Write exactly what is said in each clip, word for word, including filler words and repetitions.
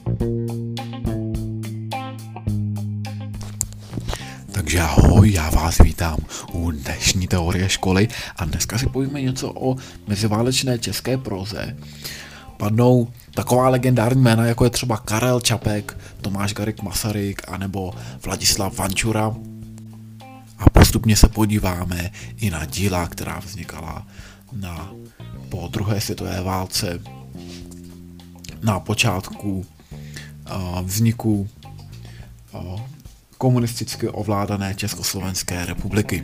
Takže ahoj, já vás vítám u dnešní teorie školy a dneska si povíme něco o meziválečné české proze. Padnou taková legendární jména, jako je třeba Karel Čapek, Tomáš Garrigue Masaryk anebo Vladislav Vančura. A postupně se podíváme i na díla, která vznikala na, po druhé světové válce, na počátku uh, vzniku uh, komunisticky ovládané Československé republiky.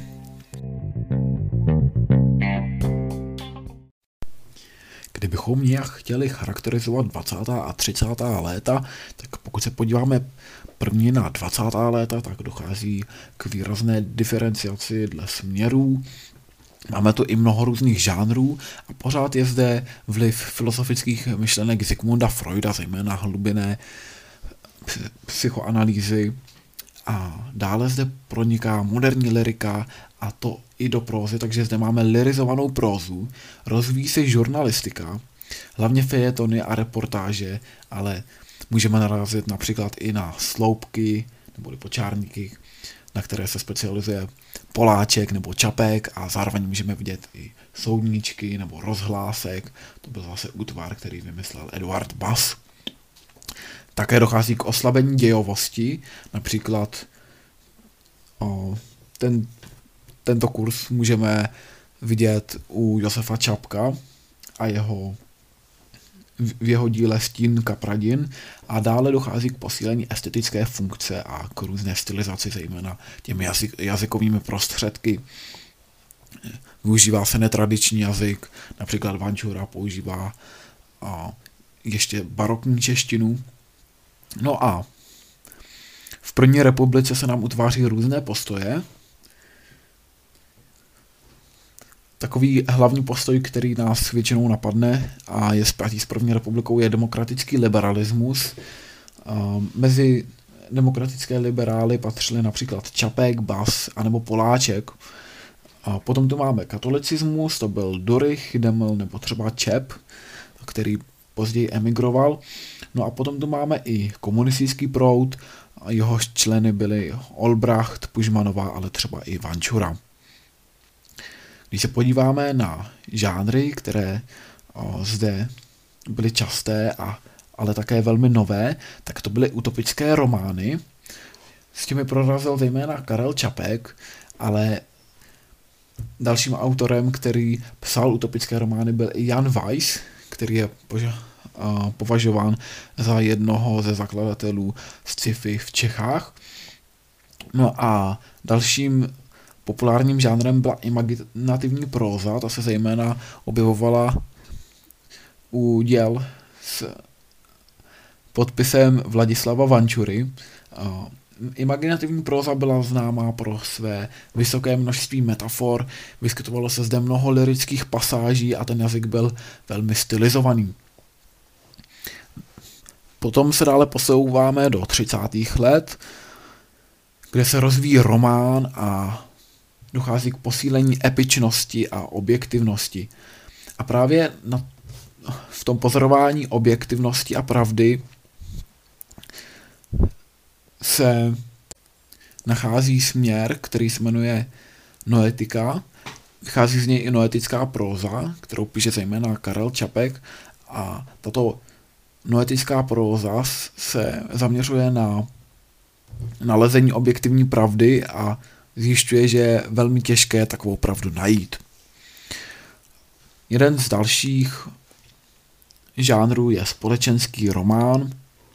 Kdybychom nějak chtěli charakterizovat dvacátá a třicátá léta, tak pokud se podíváme první na dvacátá léta, tak dochází k výrazné diferenciaci dle směrů. Máme tu i mnoho různých žánrů a pořád je zde vliv filozofických myšlenek Sigmunda Freuda, zejména hlubinné psychoanalýzy. A dále zde proniká moderní lyrika, a to i do prózy, takže zde máme lyrizovanou prózu, rozvíjí se žurnalistika, hlavně fejetony a reportáže, ale můžeme narazit například i na sloupky nebo počárníky, na které se specializuje Poláček nebo Čapek, a zároveň můžeme vidět i soudníčky nebo rozhlásek, to byl zase útvar, který vymyslel Eduard Bass. Také dochází k oslabení dějovosti, například o, ten, tento kurz můžeme vidět u Josefa Čapka a jeho, v jeho díle Stín Kapradin, a dále dochází k posílení estetické funkce a k různé stylizaci, zejména těmi jazyk, jazykovými prostředky. Využívá se netradiční jazyk, například Vančura používá a, ještě barokní češtinu. No a v první republice se nám utváří různé postoje. Takový hlavní postoj, který nás většinou napadne a je spjatý s první republikou, je demokratický liberalismus. Mezi demokratické liberály patřily například Čapek, Bass anebo Poláček. A potom tu máme katolicismus, to byl Durych, Deml nebo třeba Čep, který později emigroval. No a potom tu máme i komunistický proud, jehož členy byli Olbracht, Pužmanová, ale třeba i Vančura. Když se podíváme na žánry, které o, zde byly časté, a, ale také velmi nové, tak to byly utopické romány. S těmi prorazil zejména Karel Čapek, ale dalším autorem, který psal utopické romány, byl i Jan Weiss, který je poža- považován za jednoho ze zakladatelů sci-fi v Čechách. No a dalším populárním žánrem byla imaginativní próza, ta se zejména objevovala u děl s podpisem Vladislava Vančury. Imaginativní próza byla známá pro své vysoké množství metafor, vyskytovalo se zde mnoho lyrických pasáží a ten jazyk byl velmi stylizovaný. Potom se dále posouváme do třicátých let, kde se rozvíjí román a dochází k posílení epičnosti a objektivnosti. A právě na, v tom pozorování objektivnosti a pravdy se nachází směr, který se jmenuje noetika. Vychází z něj i noetická próza, kterou píše zejména Karel Čapek, a tato noetická próza se zaměřuje na nalezení objektivní pravdy a zjišťuje, že je velmi těžké takovou pravdu najít. Jeden z dalších žánrů je společenský román,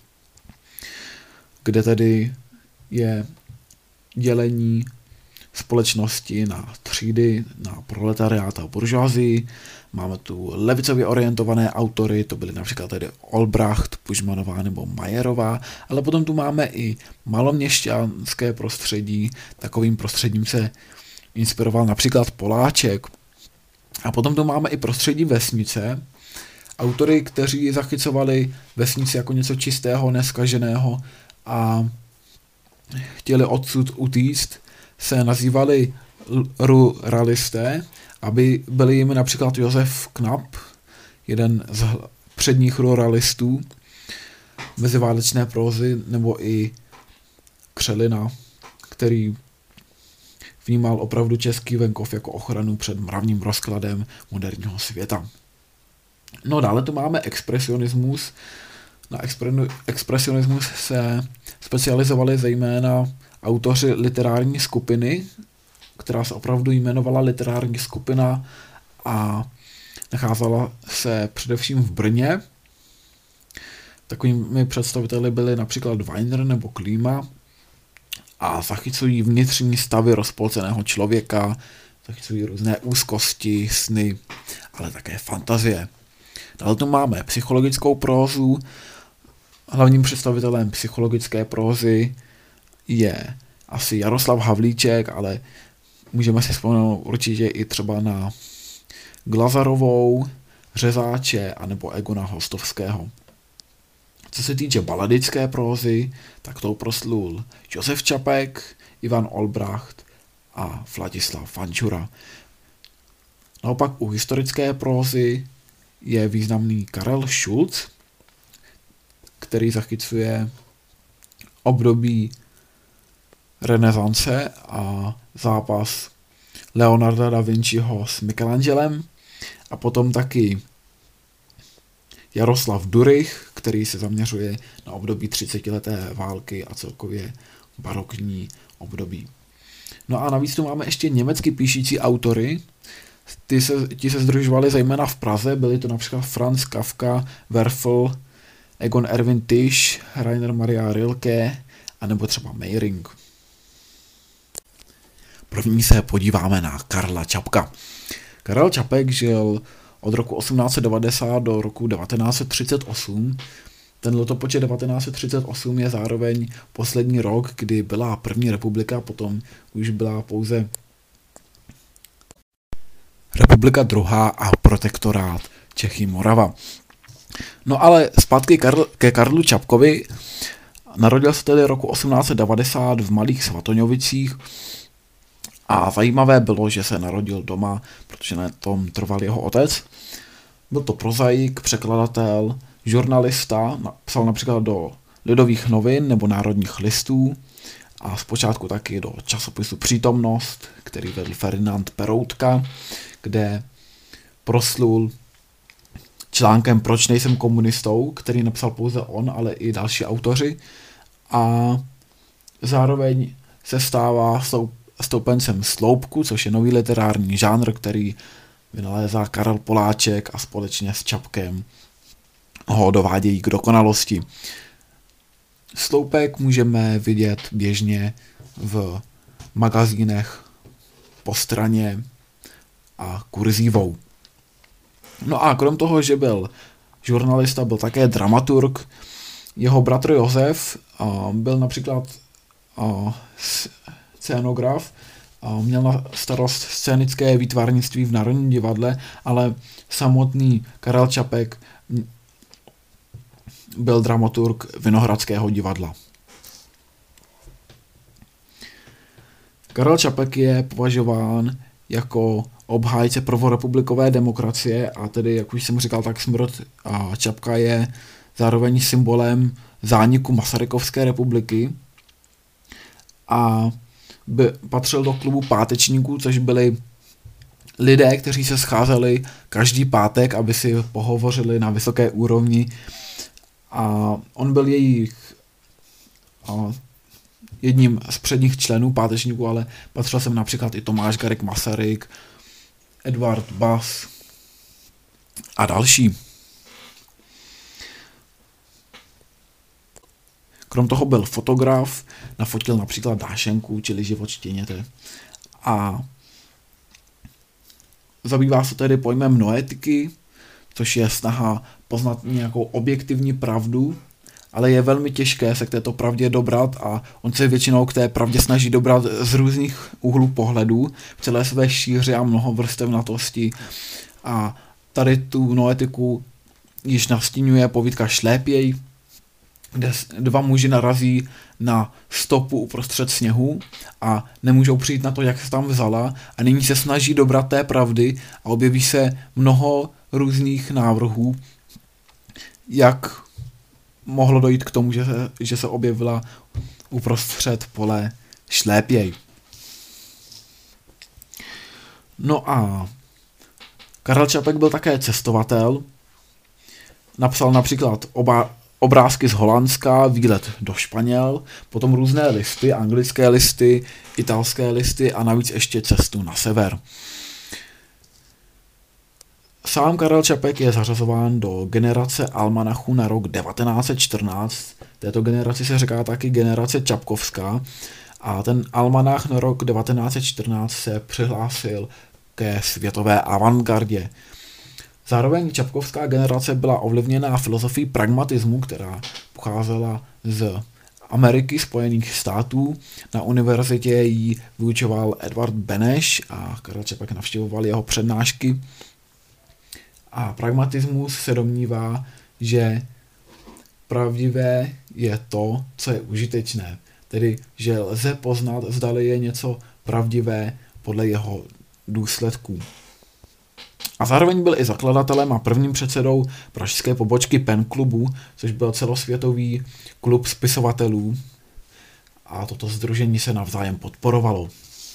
kde tedy je dělení společnosti na třídy, na proletariát a buržoazii. Máme tu levicově orientované autory, to byly například tedy Olbracht, Pužmanová nebo Majerová, ale potom tu máme i maloměšťanské prostředí, takovým prostředím se inspiroval například Poláček. A potom tu máme i prostředí vesnice, autory, kteří zachycovali vesnici jako něco čistého, neskaženého a chtěli odsud utíct, se nazývali ruralisté, aby byli jimi například Josef Knap, jeden z předních ruralistů. meziválečné prózy nebo i Křelina, který vnímal opravdu český venkov jako ochranu před mravním rozkladem moderního světa. No dále tu máme expresionismus. Na expresionismus se specializovali zejména autoři literární skupiny, která se opravdu jmenovala literární skupina a nacházela se především v Brně. Takovými představiteli byli například Weiner nebo Klíma a zachycují vnitřní stavy rozpolceného člověka, zachycují různé úzkosti, sny, ale také fantazie. Dále tu máme psychologickou prózu. Hlavním představitelem psychologické prózy je asi Jaroslav Havlíček, ale můžeme si vzpomenout určitě i třeba na Glazarovou, Řezáče anebo Egona Hostovského. Co se týče baladické prózy, tak tou proslul Josef Čapek, Ivan Olbracht a Vladislav Vančura. Naopak u historické prózy je významný Karel Schulz, který zachycuje období renesance a zápas Leonarda da Vinciho s Michelangelem a potom taky Jaroslav Durych, který se zaměřuje na období třicetileté války a celkově barokní období. No a navíc tu máme ještě německy píšící autory. Ty se, ti se združovali zejména v Praze, byli to například Franz Kafka, Werfel, Egon Erwin Tisch, Rainer Maria Rilke a nebo třeba Meiring. První se podíváme na Karla Čapka. Karel Čapek žil od roku osmnáct set devadesát do roku devatenáct set třicet osm. Ten letopočet devatenáct set třicet osm je zároveň poslední rok, kdy byla první republika, potom už byla pouze republika druhá a protektorát Čechy Morava. No ale zpátky Karl, ke Karlu Čapkovi. Narodil se tedy roku osmnáct set devadesát v Malých Svatoňovicích a zajímavé bylo, že se narodil doma, protože na tom trval jeho otec. Byl to prozaik, překladatel, žurnalista, psal například do Lidových novin nebo Národních listů a zpočátku taky do časopisu Přítomnost, který vedl Ferdinand Peroutka, kde proslul článkem Proč nejsem komunistou, který napsal pouze on, ale i další autoři, a zároveň se stává stoupencem sloupku, což je nový literární žánr, který vynalézá Karel Poláček a společně s Čapkem ho dovádějí k dokonalosti. Sloupek můžeme vidět běžně v magazínech Po straně a Kurzívou. No a krom toho, že byl žurnalista, byl také dramaturg. Jeho bratr Josef uh, byl například uh, scénograf, uh, měl na starost scénické výtvarnictví v Národním divadle, ale samotný Karel Čapek byl dramaturg Vinohradského divadla. Karel Čapek je považován jako obhájce prvorepublikové demokracie a tedy, jak už jsem říkal, tak smrt a Čapka je zároveň symbolem zániku Masarykovské republiky a by patřil do klubu pátečníků, což byli lidé, kteří se scházeli každý pátek, aby si pohovořili na vysoké úrovni, a on byl jejich a, jedním z předních členů pátečníků, ale patřil sem například i Tomáš Garrigue Masaryk, Edvard Bass a další. Krom toho byl fotograf, nafotil například Dášenku, čili Život štěněte. A zabývá se tedy pojmem noetiky, což je snaha poznat nějakou objektivní pravdu, ale je velmi těžké se k této pravdě dobrat a on se většinou k té pravdě snaží dobrat z různých úhlů pohledů v celé své šíři a mnohovrstevnatosti. A tady tu noetiku již nastínuje povídka Šlépěj, kde dva muži narazí na stopu uprostřed sněhu a nemůžou přijít na to, jak se tam vzala, a nyní se snaží dobrat té pravdy a objeví se mnoho různých návrhů, jak mohlo dojít k tomu, že se, že se objevila uprostřed pole šlépěj. No a Karel Čapek byl také cestovatel. Napsal například oba, obrázky z Holandska, výlet do Španěl, potom různé listy, anglické listy, italské listy a navíc ještě cestu na sever. Sám Karel Čapek je zařazován do generace almanachu na rok devatenáct set čtrnáct. Této generaci se říká taky generace čapkovská. A ten almanach na rok devatenáct set čtrnáct se přihlásil ke světové avantgardě. Zároveň čapkovská generace byla ovlivněná filozofií pragmatismu, která pocházela z Ameriky, Spojených států. Na univerzitě ji vyučoval Edward Beneš a Karel Čapek navštěvoval jeho přednášky. A pragmatismus se domnívá, že pravdivé je to, co je užitečné. Tedy, že lze poznat, zdali je něco pravdivé podle jeho důsledků. A zároveň byl i zakladatelem a prvním předsedou pražské pobočky Pen klubu, což byl celosvětový klub spisovatelů. A toto sdružení se navzájem podporovalo.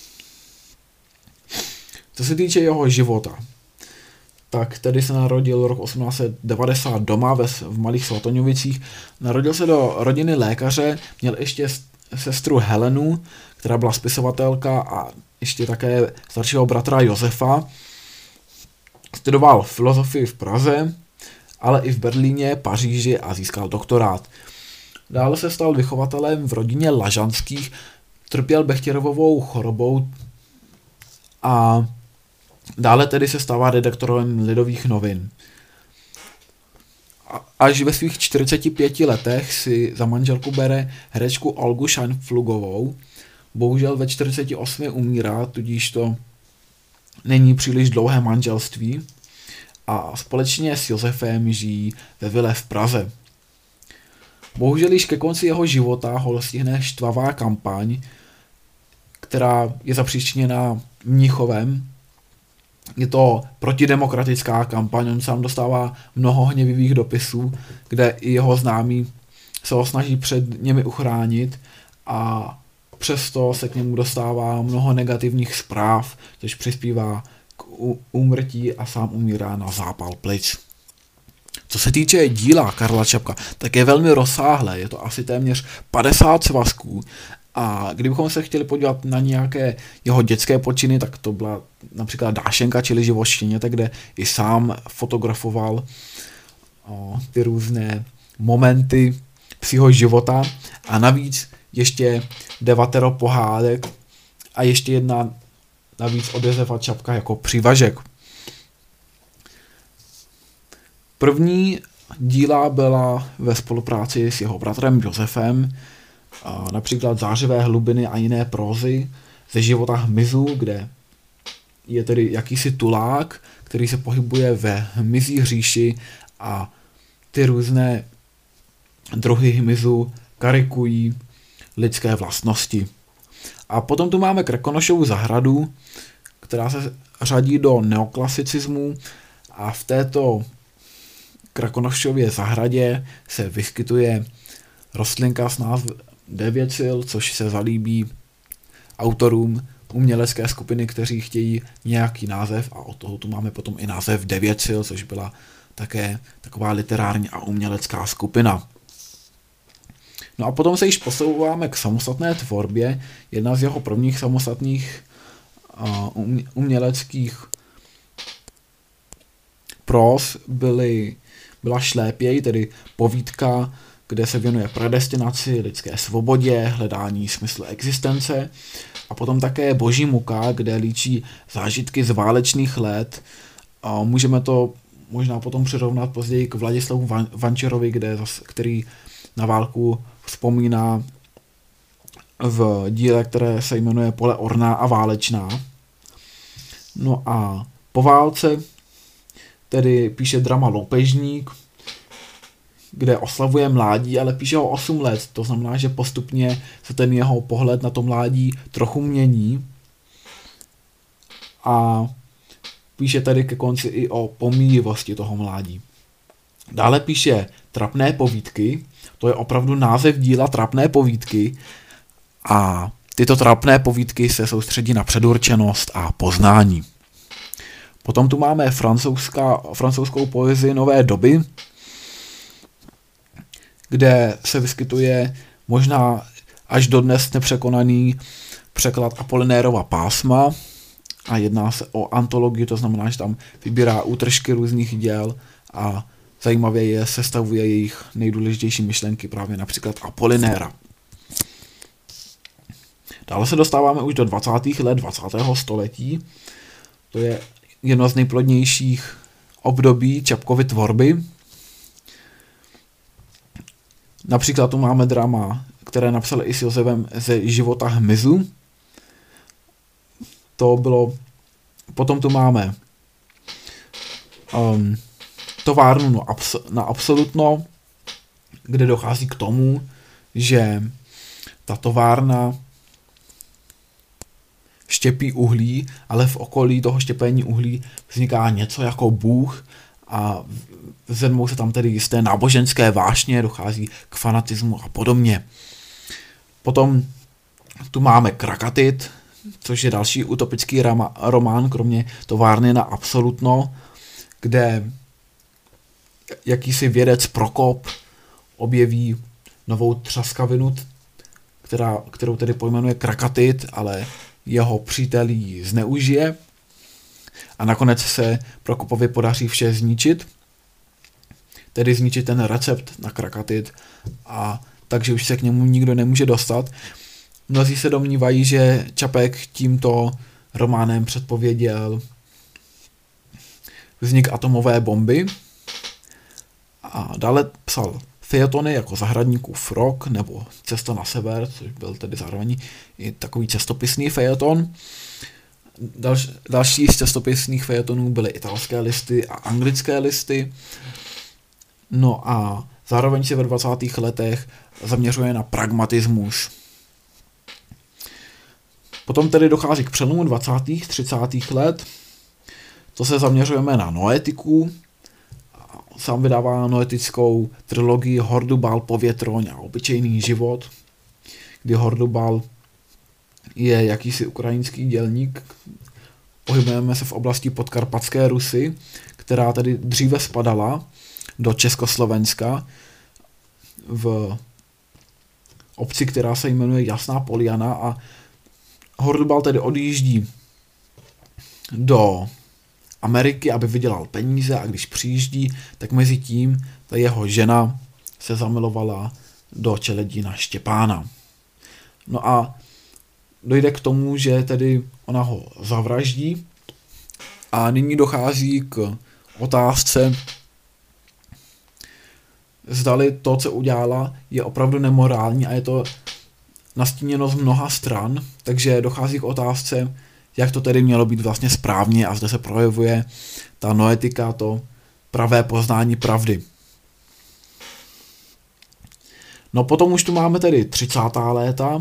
Co se týče jeho života, tak tedy se narodil rok osmnáct set devadesát doma ve, v Malých Svatoňovicích. Narodil se do rodiny lékaře, měl ještě sestru Helenu, která byla spisovatelka, a ještě také staršího bratra Josefa. Studoval filozofii v Praze, ale i v Berlíně, Paříži a získal doktorát. Dále se stal vychovatelem v rodině Lažanských, trpěl Bechtěrovovou chorobou a dále tedy se stává redaktorem Lidových novin. Až ve svých čtyřiceti pěti letech si za manželku bere herečku Olgu Scheinflugovou. Bohužel ve čtyřiceti osmi umírá, tudíž to není příliš dlouhé manželství, a společně s Josefem žijí ve vile v Praze. Bohužel již ke konci jeho života ho stihne štvavá kampaň, která je zapříčiněná Mnichovem. Je to protidemokratická kampaň, on sám dostává mnoho hněvivých dopisů, kde i jeho známí se ho snaží před nimi uchránit, a přesto se k němu dostává mnoho negativních zpráv, což přispívá k úmrtí a sám umírá na zápal plic. Co se týče díla Karla Čapka, tak je velmi rozsáhlé, je to asi téměř padesát svazků, a kdybychom se chtěli podívat na nějaké jeho dětské počiny, tak to byla například Dášenka, čili Život štěněte, kde i sám fotografoval o, ty různé momenty psího života, a navíc ještě devatero pohádek a ještě jedna navíc od Josefa Čapka jako přívažek. První díla byla ve spolupráci s jeho bratrem Josefem, například Zářivé hlubiny a jiné prózy ze života hmyzu, kde je tedy jakýsi tulák, který se pohybuje ve hmyzí říši, a ty různé druhy hmyzu karikují lidské vlastnosti. A potom tu máme Krkonošovu zahradu, která se řadí do neoklasicismu, a v této Krkonošově zahradě se vyskytuje rostlinka s názvem Devětsil, což se zalíbí autorům umělecké skupiny, kteří chtějí nějaký název, a od toho tu máme potom i název Devětsil, což byla také taková literární a umělecká skupina. No a potom se již posouváme k samostatné tvorbě. Jedna z jeho prvních samostatných uh, uměleckých próz byly, byla Šlépěj, tedy povídka, kde se věnuje predestinaci, lidské svobodě, hledání smyslu existence, a potom také Boží muka, kde líčí zážitky z válečných let. A můžeme to možná potom přirovnat později k Vladislavu Van- Vančerovi, kde zas, který na válku vzpomíná v díle, které se jmenuje Pole orná a válečná. No a po válce tedy píše drama Loupežník, kde oslavuje mládí, ale píše ho osm let, to znamená, že postupně se ten jeho pohled na to mládí trochu mění, a píše tady ke konci i o pomíjivosti toho mládí. Dále píše Trapné povídky, to je opravdu název díla Trapné povídky a tyto trapné povídky se soustředí na předurčenost a poznání. Potom tu máme francouzská, francouzskou poezii nové doby, kde se vyskytuje možná až dodnes nepřekonaný překlad Apolinérova pásma a jedná se o antologii, to znamená, že tam vybírá útržky různých děl a zajímavě je sestavuje jejich nejdůležitější myšlenky, právě například Apolinéra. Dále se dostáváme už do dvacátých let dvacátého století. To je jedno z nejplodnějších období Čapkovy tvorby. Například tu máme drama, které napsal i s Josefem ze života hmyzu. To bylo, potom tu máme um, továrnu na, abs- na absolutno, kde dochází k tomu, že ta továrna štěpí uhlí, ale v okolí toho štěpení uhlí vzniká něco jako Bůh a vzedmou se tam tedy jisté náboženské vášně, dochází k fanatismu a podobně. Potom tu máme Krakatit, což je další utopický rama, román, kromě továrny na absolutno, kde jakýsi vědec Prokop objeví novou třaskavinu, která, kterou tedy pojmenuje Krakatit, ale jeho přítel ji zneužije a nakonec se Prokopovi podaří vše zničit, tedy zničit ten recept na Krakatit, a takže už se k němu nikdo nemůže dostat. Mnozí se domnívají, že Čapek tímto románem předpověděl vznik atomové bomby a dále psal fejetony jako Zahradníkův rok nebo Cesta na sever, což byl tedy zároveň i takový cestopisný fejeton. Dalš, další z cestopisných fejetonů byly italské listy a anglické listy. No a zároveň se ve dvacátých letech zaměřuje na pragmatismus. Potom tedy dochází k přelomu dvacátých třicátých let. To se zaměřujeme na noetiku. Sám vydává noetickou trilogii Hordubal, Povětroň a Obyčejný život, kdy Hordubal je jakýsi ukrajinský dělník. Pohybujeme se v oblasti podkarpatské Rusy, která tedy dříve spadala do Československa v obci, která se jmenuje Jasná Poliana, a Hordubal tedy odjíždí do Ameriky, aby vydělal peníze, a když přijíždí, tak mezi tím ta jeho žena se zamilovala do čeledína Štěpána. No a dojde k tomu, že tedy ona ho zavraždí a nyní dochází k otázce, zdali to, co udělala, je opravdu nemorální, a je to nastíněno z mnoha stran, takže dochází k otázce, jak to tedy mělo být vlastně správně, a zde se projevuje ta noetika, to pravé poznání pravdy. No potom už tu máme tedy třicátá léta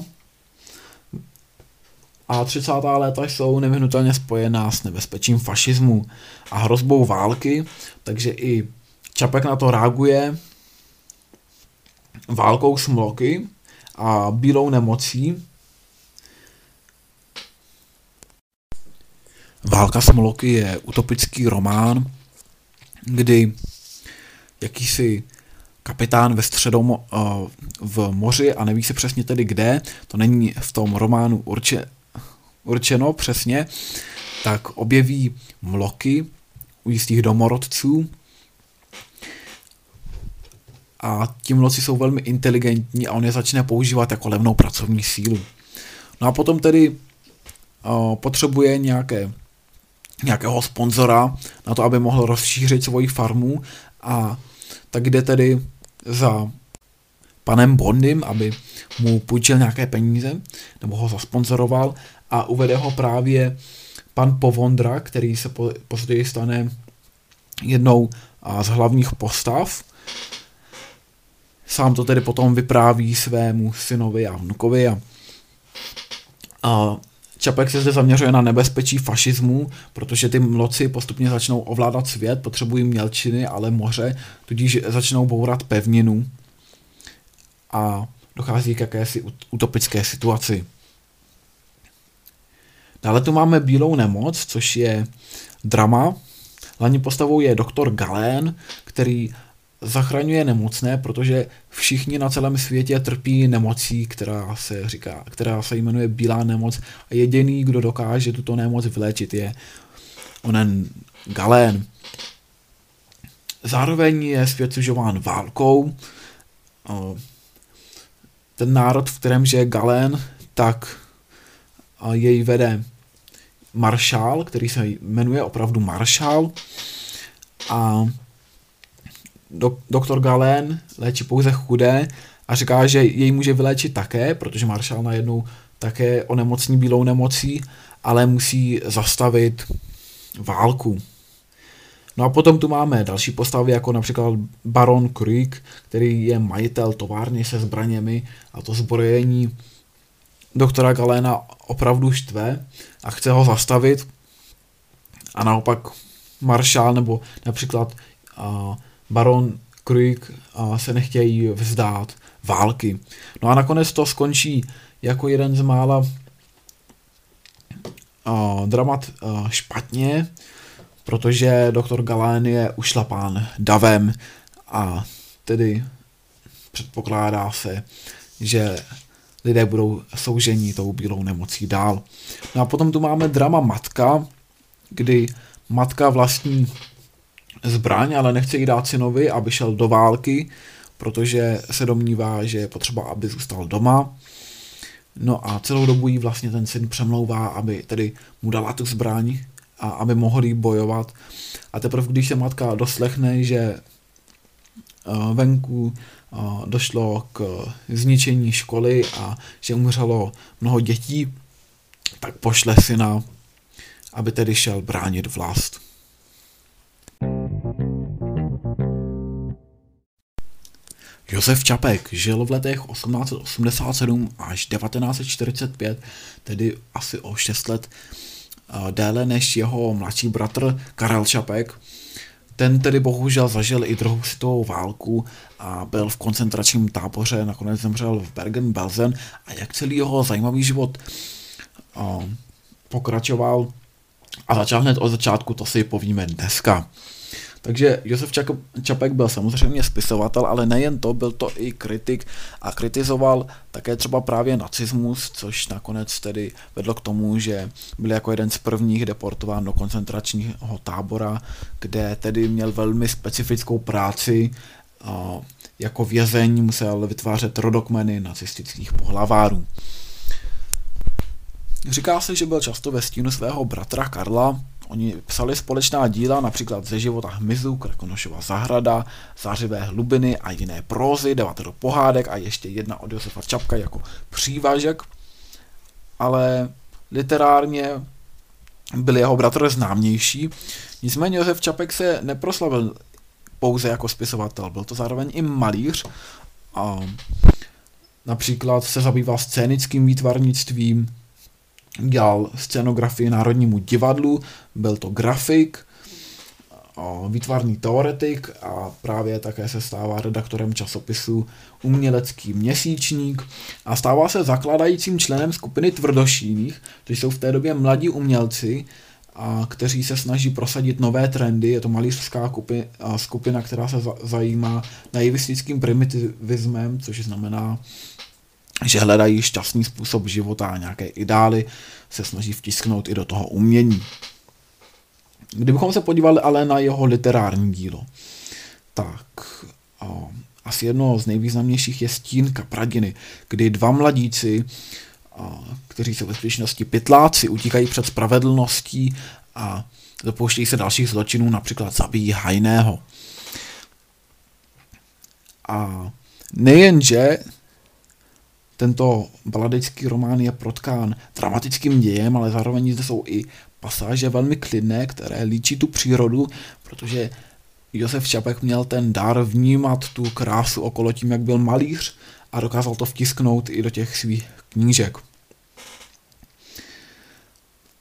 a třicátá léta jsou nevyhnutelně spojená s nebezpečím fašismu a hrozbou války, takže i Čapek na to reaguje válkou Smloky a bílou nemocí. Válka Smloky je utopický román, kdy jakýsi kapitán ve středom v moři, a neví se přesně tedy kde, to není v tom románu urče, určeno přesně, tak objeví mloky u jistých domorodců a ti mloci jsou velmi inteligentní a on je začne používat jako levnou pracovní sílu. No a potom tedy o, potřebuje nějaké nějakého sponzora na to, aby mohl rozšířit svoji farmu, a tak jde tedy za panem Bondym, aby mu půjčil nějaké peníze, nebo ho zasponzoroval, a uvede ho právě pan Povondra, který se později stane jednou z hlavních postav. Sám to tedy potom vypráví svému synovi a vnukovi, a, a Čapek se zde zaměřuje na nebezpečí fašismu, protože ty mloci postupně začnou ovládat svět, potřebují mělčiny, ale moře, tudíž začnou bourat pevninu a dochází k jakési utopické situaci. Dále tu máme Bílou nemoc, což je drama. Hlavní postavou je doktor Galén, který zachraňuje nemocné, protože všichni na celém světě trpí nemocí, která se říká, která se jmenuje Bílá nemoc a jediný, kdo dokáže tuto nemoc vyléčit, je onen Galén. Zároveň je svět sužován válkou. Ten národ, v kterém žije Galén, tak jej vede maršál, který se jmenuje opravdu maršál a do, doktor Galén léčí pouze chudé a říká, že jej může vyléčit také, protože maršál najednou také onemocní bílou nemocí, ale musí zastavit válku. No a potom tu máme další postavy, jako například baron Krieg, který je majitel továrny se zbraněmi a to zbrojení doktora Galéna opravdu štve a chce ho zastavit. A naopak maršál nebo například uh, baron Krieg uh, se nechtějí vzdát války. No a nakonec to skončí jako jeden z mála uh, dramat uh, špatně, protože doktor Galén je ušlapán davem a tedy předpokládá se, že lidé budou soužení tou bílou nemocí dál. No a potom tu máme drama Matka, kdy matka vlastní zbraň, ale nechce jí dát synovi, aby šel do války, protože se domnívá, že je potřeba, aby zůstal doma. No a celou dobu jí vlastně ten syn přemlouvá, aby tedy mu dala tu zbraň a aby mohl jí bojovat. A teprve, když se matka doslechne, že venku došlo k zničení školy a že umřelo mnoho dětí, tak pošle syna, aby tedy šel bránit vlast. Josef Čapek žil v letech osmnáct set osmdesát sedm až devatenáct set čtyřicet pět, tedy asi o šest let déle než jeho mladší bratr Karel Čapek. Ten tedy bohužel zažil i druhou světovou válku a byl v koncentračním táboře, nakonec zemřel v Bergen-Belsen a jak celý jeho zajímavý život uh, pokračoval a začal hned od začátku, to si povíme dneska. Takže Josef Čapek byl samozřejmě spisovatel, ale nejen to, byl to i kritik a kritizoval také třeba právě nacismus, což nakonec tedy vedlo k tomu, že byl jako jeden z prvních deportován do koncentračního tábora, kde tedy měl velmi specifickou práci. Jako vězeň musel vytvářet rodokmeny nacistických pohlavárů. Říká se, že byl často ve stínu svého bratra Karla. Oni psali společná díla, například Ze života hmyzu, Krkonošova zahrada, Zářivé hlubiny a jiné prózy, Devatero pohádek a ještě jedna od Josefa Čapka jako přívažek. Ale literárně byl jeho bratr známější. Nicméně Josef Čapek se neproslavil pouze jako spisovatel, byl to zároveň i malíř. A například se zabýval scénickým výtvarnictvím, dělal scenografii Národnímu divadlu, byl to grafik, výtvarný teoretik a právě také se stává redaktorem časopisu Umělecký měsíčník a stává se zakladajícím členem skupiny Tvrdošíných, to jsou v té době mladí umělci, a kteří se snaží prosadit nové trendy. Je to malířská skupina, která se zajímá naivistickým primitivismem, což znamená, že hledají šťastný způsob života a nějaké ideály se snaží vtisknout i do toho umění. Kdybychom se podívali ale na jeho literární dílo, tak o, asi jedno z nejvýznamnějších je Stín Kapradiny, kdy dva mladíci, o, kteří jsou ve skutečnosti pytláci, utíkají před spravedlností a dopouštějí se dalších zločinů, například zabijí hajného. A nejenže tento baladický román je protkán dramatickým dějem, ale zároveň zde jsou i pasáže velmi klidné, které líčí tu přírodu, protože Josef Čapek měl ten dar vnímat tu krásu okolo tím, jak byl malíř a dokázal to vtisknout i do těch svých knížek.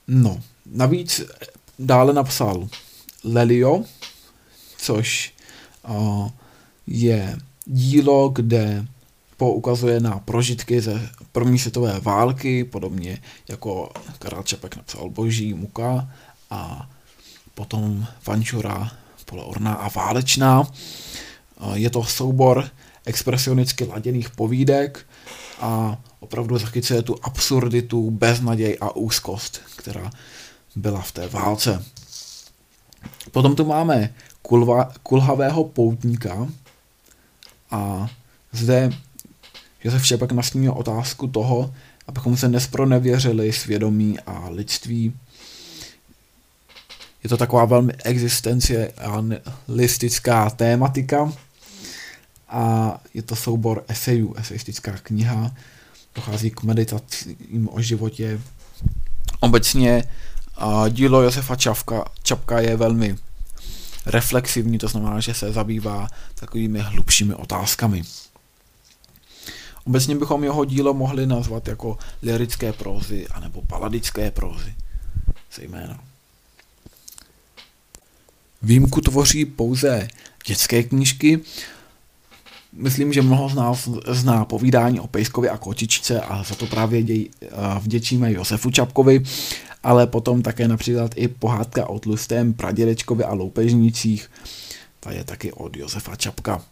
No, navíc dále napsal Lelio, což uh, je dílo, kde poukazuje na prožitky ze první světové války, podobně jako Karel Čapek napsal Boží muka a potom Vančura, Poloorná a válečná. Je to soubor expresionicky laděných povídek a opravdu zachycuje tu absurditu, beznaděj a úzkost, která byla v té válce. Potom tu máme kulva, Kulhavého poutníka a zde Josef Čapek nastínil otázku toho, abychom se nespronevěřili svědomí a lidství. Je to taková velmi existencialistická tématika a je to soubor esejů, esejistická kniha, dochází k meditacím o životě. Obecně dílo Josefa Čapka, Čapka je velmi reflexivní, to znamená, že se zabývá takovými hlubšími otázkami. Obecně bychom jeho dílo mohli nazvat jako lyrické prózy anebo baladické prózy, zejména. Výjimku tvoří pouze dětské knížky. Myslím, že mnoho z nás zná povídání o Pejskovi a kočičce a za to právě děj, vděčíme Josefu Čapkovi, ale potom také například i pohádka o tlustém pradědečkovi a loupežnících. Ta je taky od Josefa Čapka.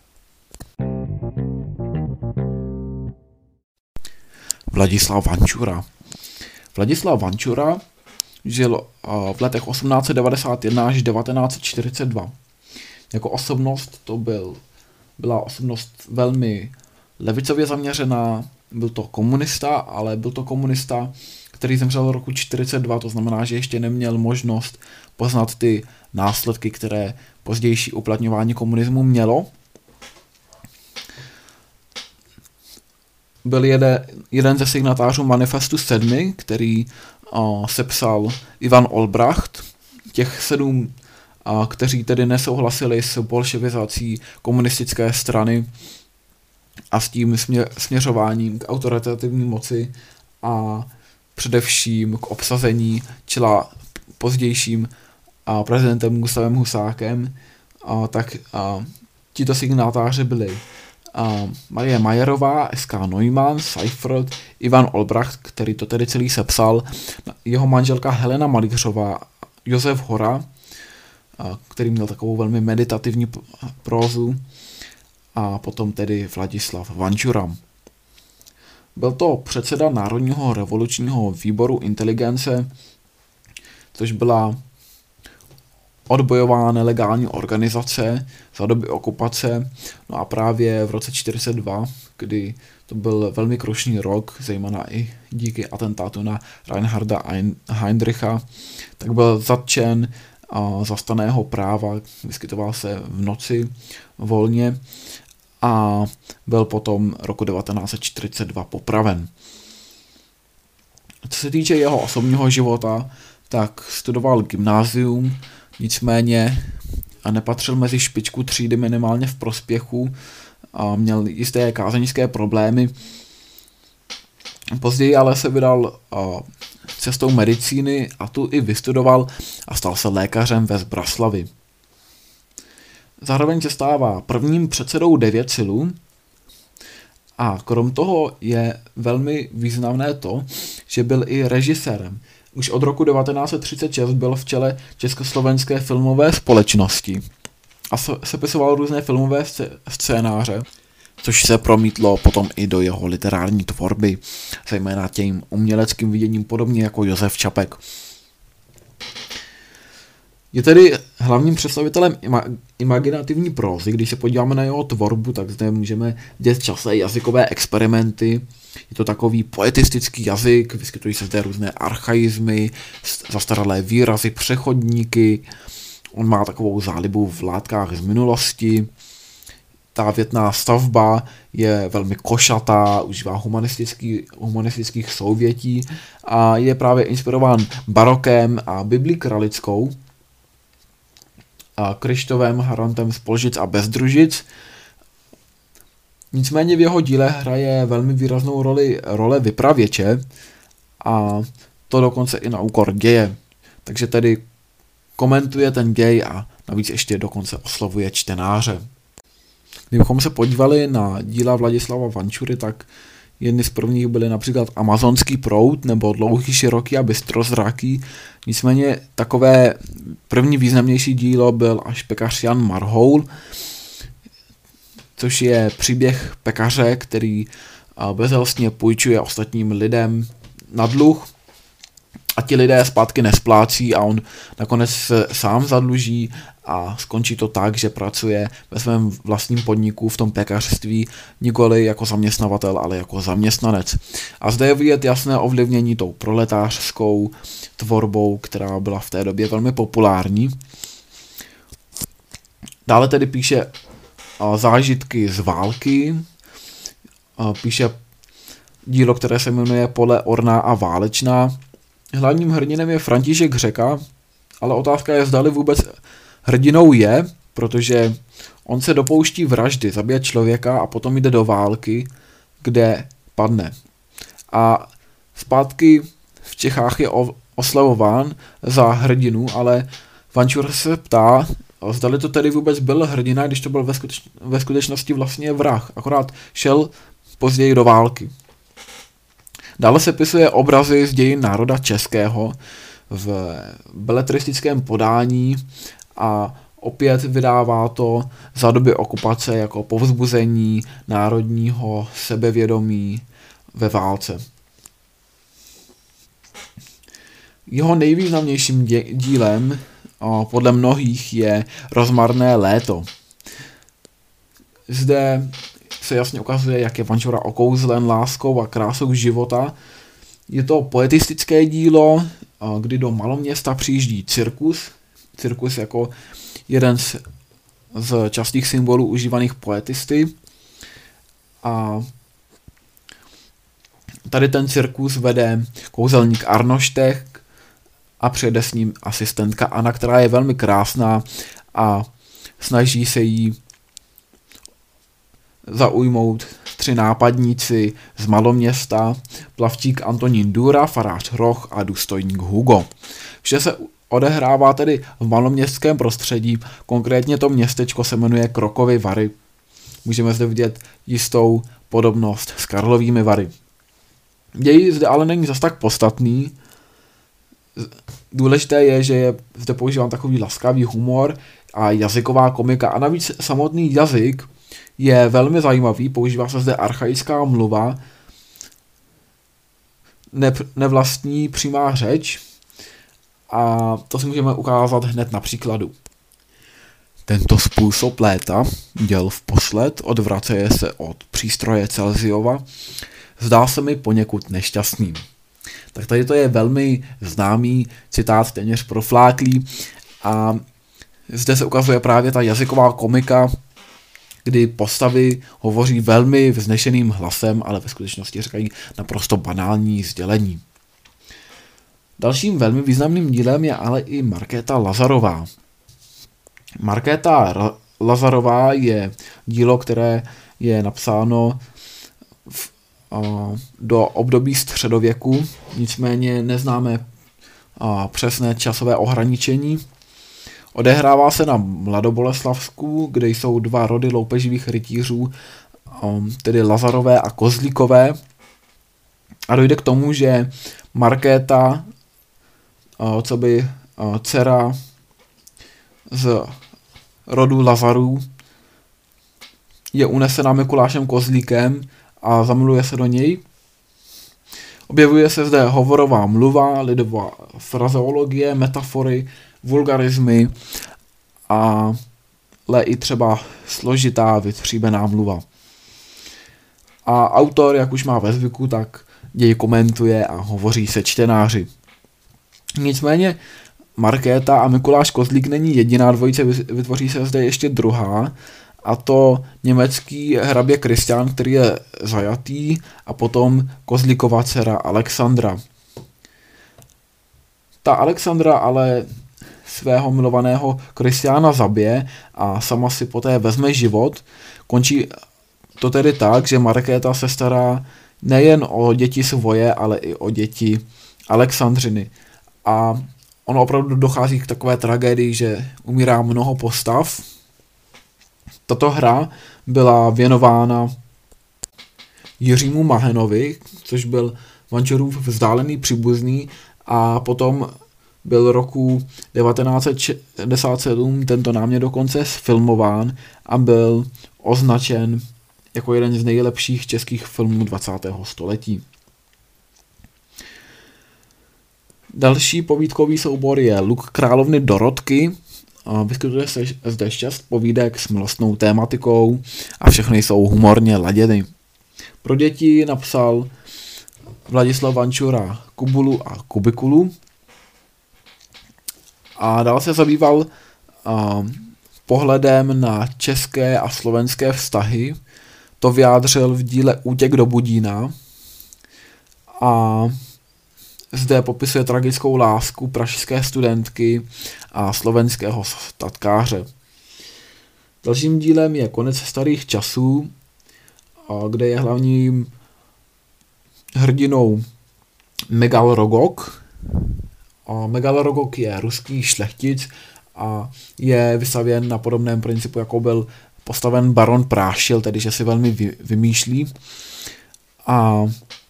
Vladislav Vančura. Vladislav Vančura žil v letech osmnáct set devadesát jedna až devatenáct set čtyřicet dva. Jako osobnost to byl, byla osobnost velmi levicově zaměřená, byl to komunista, ale byl to komunista, který zemřel v roku čtyřicet dva, to znamená, že ještě neměl možnost poznat ty následky, které pozdější uplatňování komunismu mělo. Byl jeden, jeden ze signatářů Manifestu sedmi, který uh, sepsal Ivan Olbracht. Těch sedm, uh, kteří tedy nesouhlasili s bolševizací komunistické strany a s tím smě, směřováním k autoritativní moci a především k obsazení čela pozdějším uh, prezidentem Gustavem Husákem, uh, tak uh, tito signatáři byli Uh, Marie Majerová, S K Neumann, Seifert, Ivan Olbracht, který to tedy celý sepsal, jeho manželka Helena Malířová, Josef Hora, uh, který měl takovou velmi meditativní prózu, a potom tedy Vladislav Vančura. Byl to předseda Národního revolučního výboru inteligence, což byla odbojová nelegální organizace za doby okupace. No a právě v roce čtyřicet dva, kdy to byl velmi krušný rok, zejména i díky atentátu na Reinharda Heydricha, tak byl zatčen a zastaného práva, vyskytoval se v noci volně a byl potom roku devatenáct set čtyřicet dva popraven. Co se týče jeho osobního života, tak studoval gymnázium, nicméně a nepatřil mezi špičku třídy minimálně v prospěchu a měl jisté kázeňské problémy. Později ale se vydal cestou medicíny a tu i vystudoval a stal se lékařem ve Zbraslavi. Zároveň se stává prvním předsedou Devětsilu a krom toho je velmi významné to, že byl i režisérem. Už od roku devatenáct set třicet šest byl v čele Československé filmové společnosti a sepisoval různé filmové scénáře, což se promítlo potom i do jeho literární tvorby, zejména tím uměleckým viděním podobně jako Josef Čapek. Je tedy hlavním představitelem ima- imaginativní prózy. Když se podíváme na jeho tvorbu, tak zde můžeme vidět časté jazykové experimenty. Je to takový poetistický jazyk, vyskytují se zde různé archaizmy, zastaralé výrazy, přechodníky. On má takovou zálibu v látkách z minulosti. Ta větná stavba je velmi košatá, užívá humanistický, humanistických souvětí a je právě inspirován barokem a Biblí kralickou, a Kryštovem, Harantem z Polžic a Bezdružic. Nicméně v jeho díle hraje velmi výraznou roli role vypravěče a to dokonce i na úkor geje. Takže tedy komentuje ten gej a navíc ještě dokonce oslovuje čtenáře. Kdybychom se podívali na díla Vladislava Vančury, tak jedny z prvních byly například Amazonský proud nebo Dlouhý, široký a bystrozraký. Nicméně takové první významnější dílo byl až Pekař Jan Marhoul, což je příběh pekaře, který bezhelstně půjčuje ostatním lidem na dluh a ti lidé zpátky nesplácí a on nakonec se sám zadluží a skončí to tak, že pracuje ve svém vlastním podniku v tom pekařství nikoli jako zaměstnavatel, ale jako zaměstnanec. A zde je vidět jasné ovlivnění tou proletářskou tvorbou, která byla v té době velmi populární. Dále tedy píše zážitky z války, píše dílo, které se jmenuje Pole orná a válečná. Hlavním hrdinem je František Řeka, ale otázka je, zdali vůbec hrdinou je, protože on se dopouští vraždy, zabije člověka a potom jde do války, kde padne. A zpátky v Čechách je oslavován za hrdinu, ale Vančura se ptá, zdali to tedy vůbec byl hrdina, když to byl ve, skuteč- ve skutečnosti vlastně vrah, akorát šel později do války. Dále se pisuje obrazy z dějin národa českého v beletristickém podání a opět vydává to za doby okupace jako povzbuzení národního sebevědomí ve válce. Jeho nejvýznamnějším dě- dílem o, podle mnohých je Rozmarné léto. Zde se jasně ukazuje, jak je Vančura okouzlen láskou a krásou života. Je to poetistické dílo, kdy do maloměsta přijíždí cirkus. Cirkus jako jeden z, z častých symbolů užívaných poetisty. A tady ten cirkus vede kouzelník Arnoštek a přijede s ním asistentka Anna, která je velmi krásná a snaží se jí zaujmout tři nápadníci z maloměsta, plavčík Antonín Dura, farář Roch a důstojník Hugo. Vše se odehrává tedy v maloměstském prostředí, konkrétně to městečko se jmenuje Krokovy Vary. Můžeme zde vidět jistou podobnost s Karlovými Vary. Děj zde ale není zas tak podstatný. Důležité je, že je zde používán takový laskavý humor a jazyková komika a navíc samotný jazyk je velmi zajímavý, používá se zde archaická mluva, ne, nevlastní přímá řeč a to si můžeme ukázat hned na příkladu. Tento způsob léta, děl vposled, odvraceje se od přístroje Celsiova, zdá se mi poněkud nešťastným. Tak tady to je velmi známý citát, téměř profláklý a zde se ukazuje právě ta jazyková komika, kdy postavy hovoří velmi vznešeným hlasem, ale ve skutečnosti říkají naprosto banální sdělení. Dalším velmi významným dílem je ale i Markéta Lazarová. Markéta Ra- Lazarová je dílo, které je napsáno v, a, do období středověku, nicméně neznáme a, přesné časové ohraničení. Odehrává se na Mladoboleslavsku, kde jsou dva rody loupeživých rytířů, tedy Lazarové a Kozlíkové. A dojde k tomu, že Markéta, co by dcera z rodu Lazarů, je unesena Mikulášem Kozlíkem a zamiluje se do něj. Objevuje se zde hovorová mluva, lidová frazeologie, metafory, vulgarizmy a ale i třeba složitá vytříbená mluva. A autor, jak už má ve zvyku, tak děj komentuje a hovoří se čtenáři. Nicméně Markéta a Mikuláš Kozlík není jediná dvojice, vytvoří se zde ještě druhá, a to německý hrabě Kristián, který je zajatý, a potom Kozlíkova dcera Alexandra. Ta Alexandra ale svého milovaného Kristiána zabije a sama si poté vezme život. Končí to tedy tak, že Markéta se stará nejen o děti svoje, ale i o děti Alexandřiny. A ono opravdu dochází k takové tragédii, že umírá mnoho postav. Tato hra byla věnována Jiřímu Mahenovi, což byl Vančurův vzdálený příbuzný, a potom byl roku devatenáct set šedesát sedm tento námět dokonce sfilmován a byl označen jako jeden z nejlepších českých filmů dvacátého století. Další povídkový soubor je Luk královny Dorotky. Vyskytuje se zde šest povídek s milostnou tématikou a všechny jsou humorně laděny. Pro děti napsal Vladislav Vančura Kubulu a Kubikulu. A dál se zabýval a, pohledem na české a slovenské vztahy. To vyjádřil v díle Útěk do Budína. A zde popisuje tragickou lásku pražské studentky a slovenského statkáře. Dalším dílem je Konec starých časů, kde je hlavním hrdinou Megal Rogok. Megal Rogok je ruský šlechtic a je vystavěn na podobném principu, jako byl postaven baron Prášil, tedy že si velmi vymýšlí a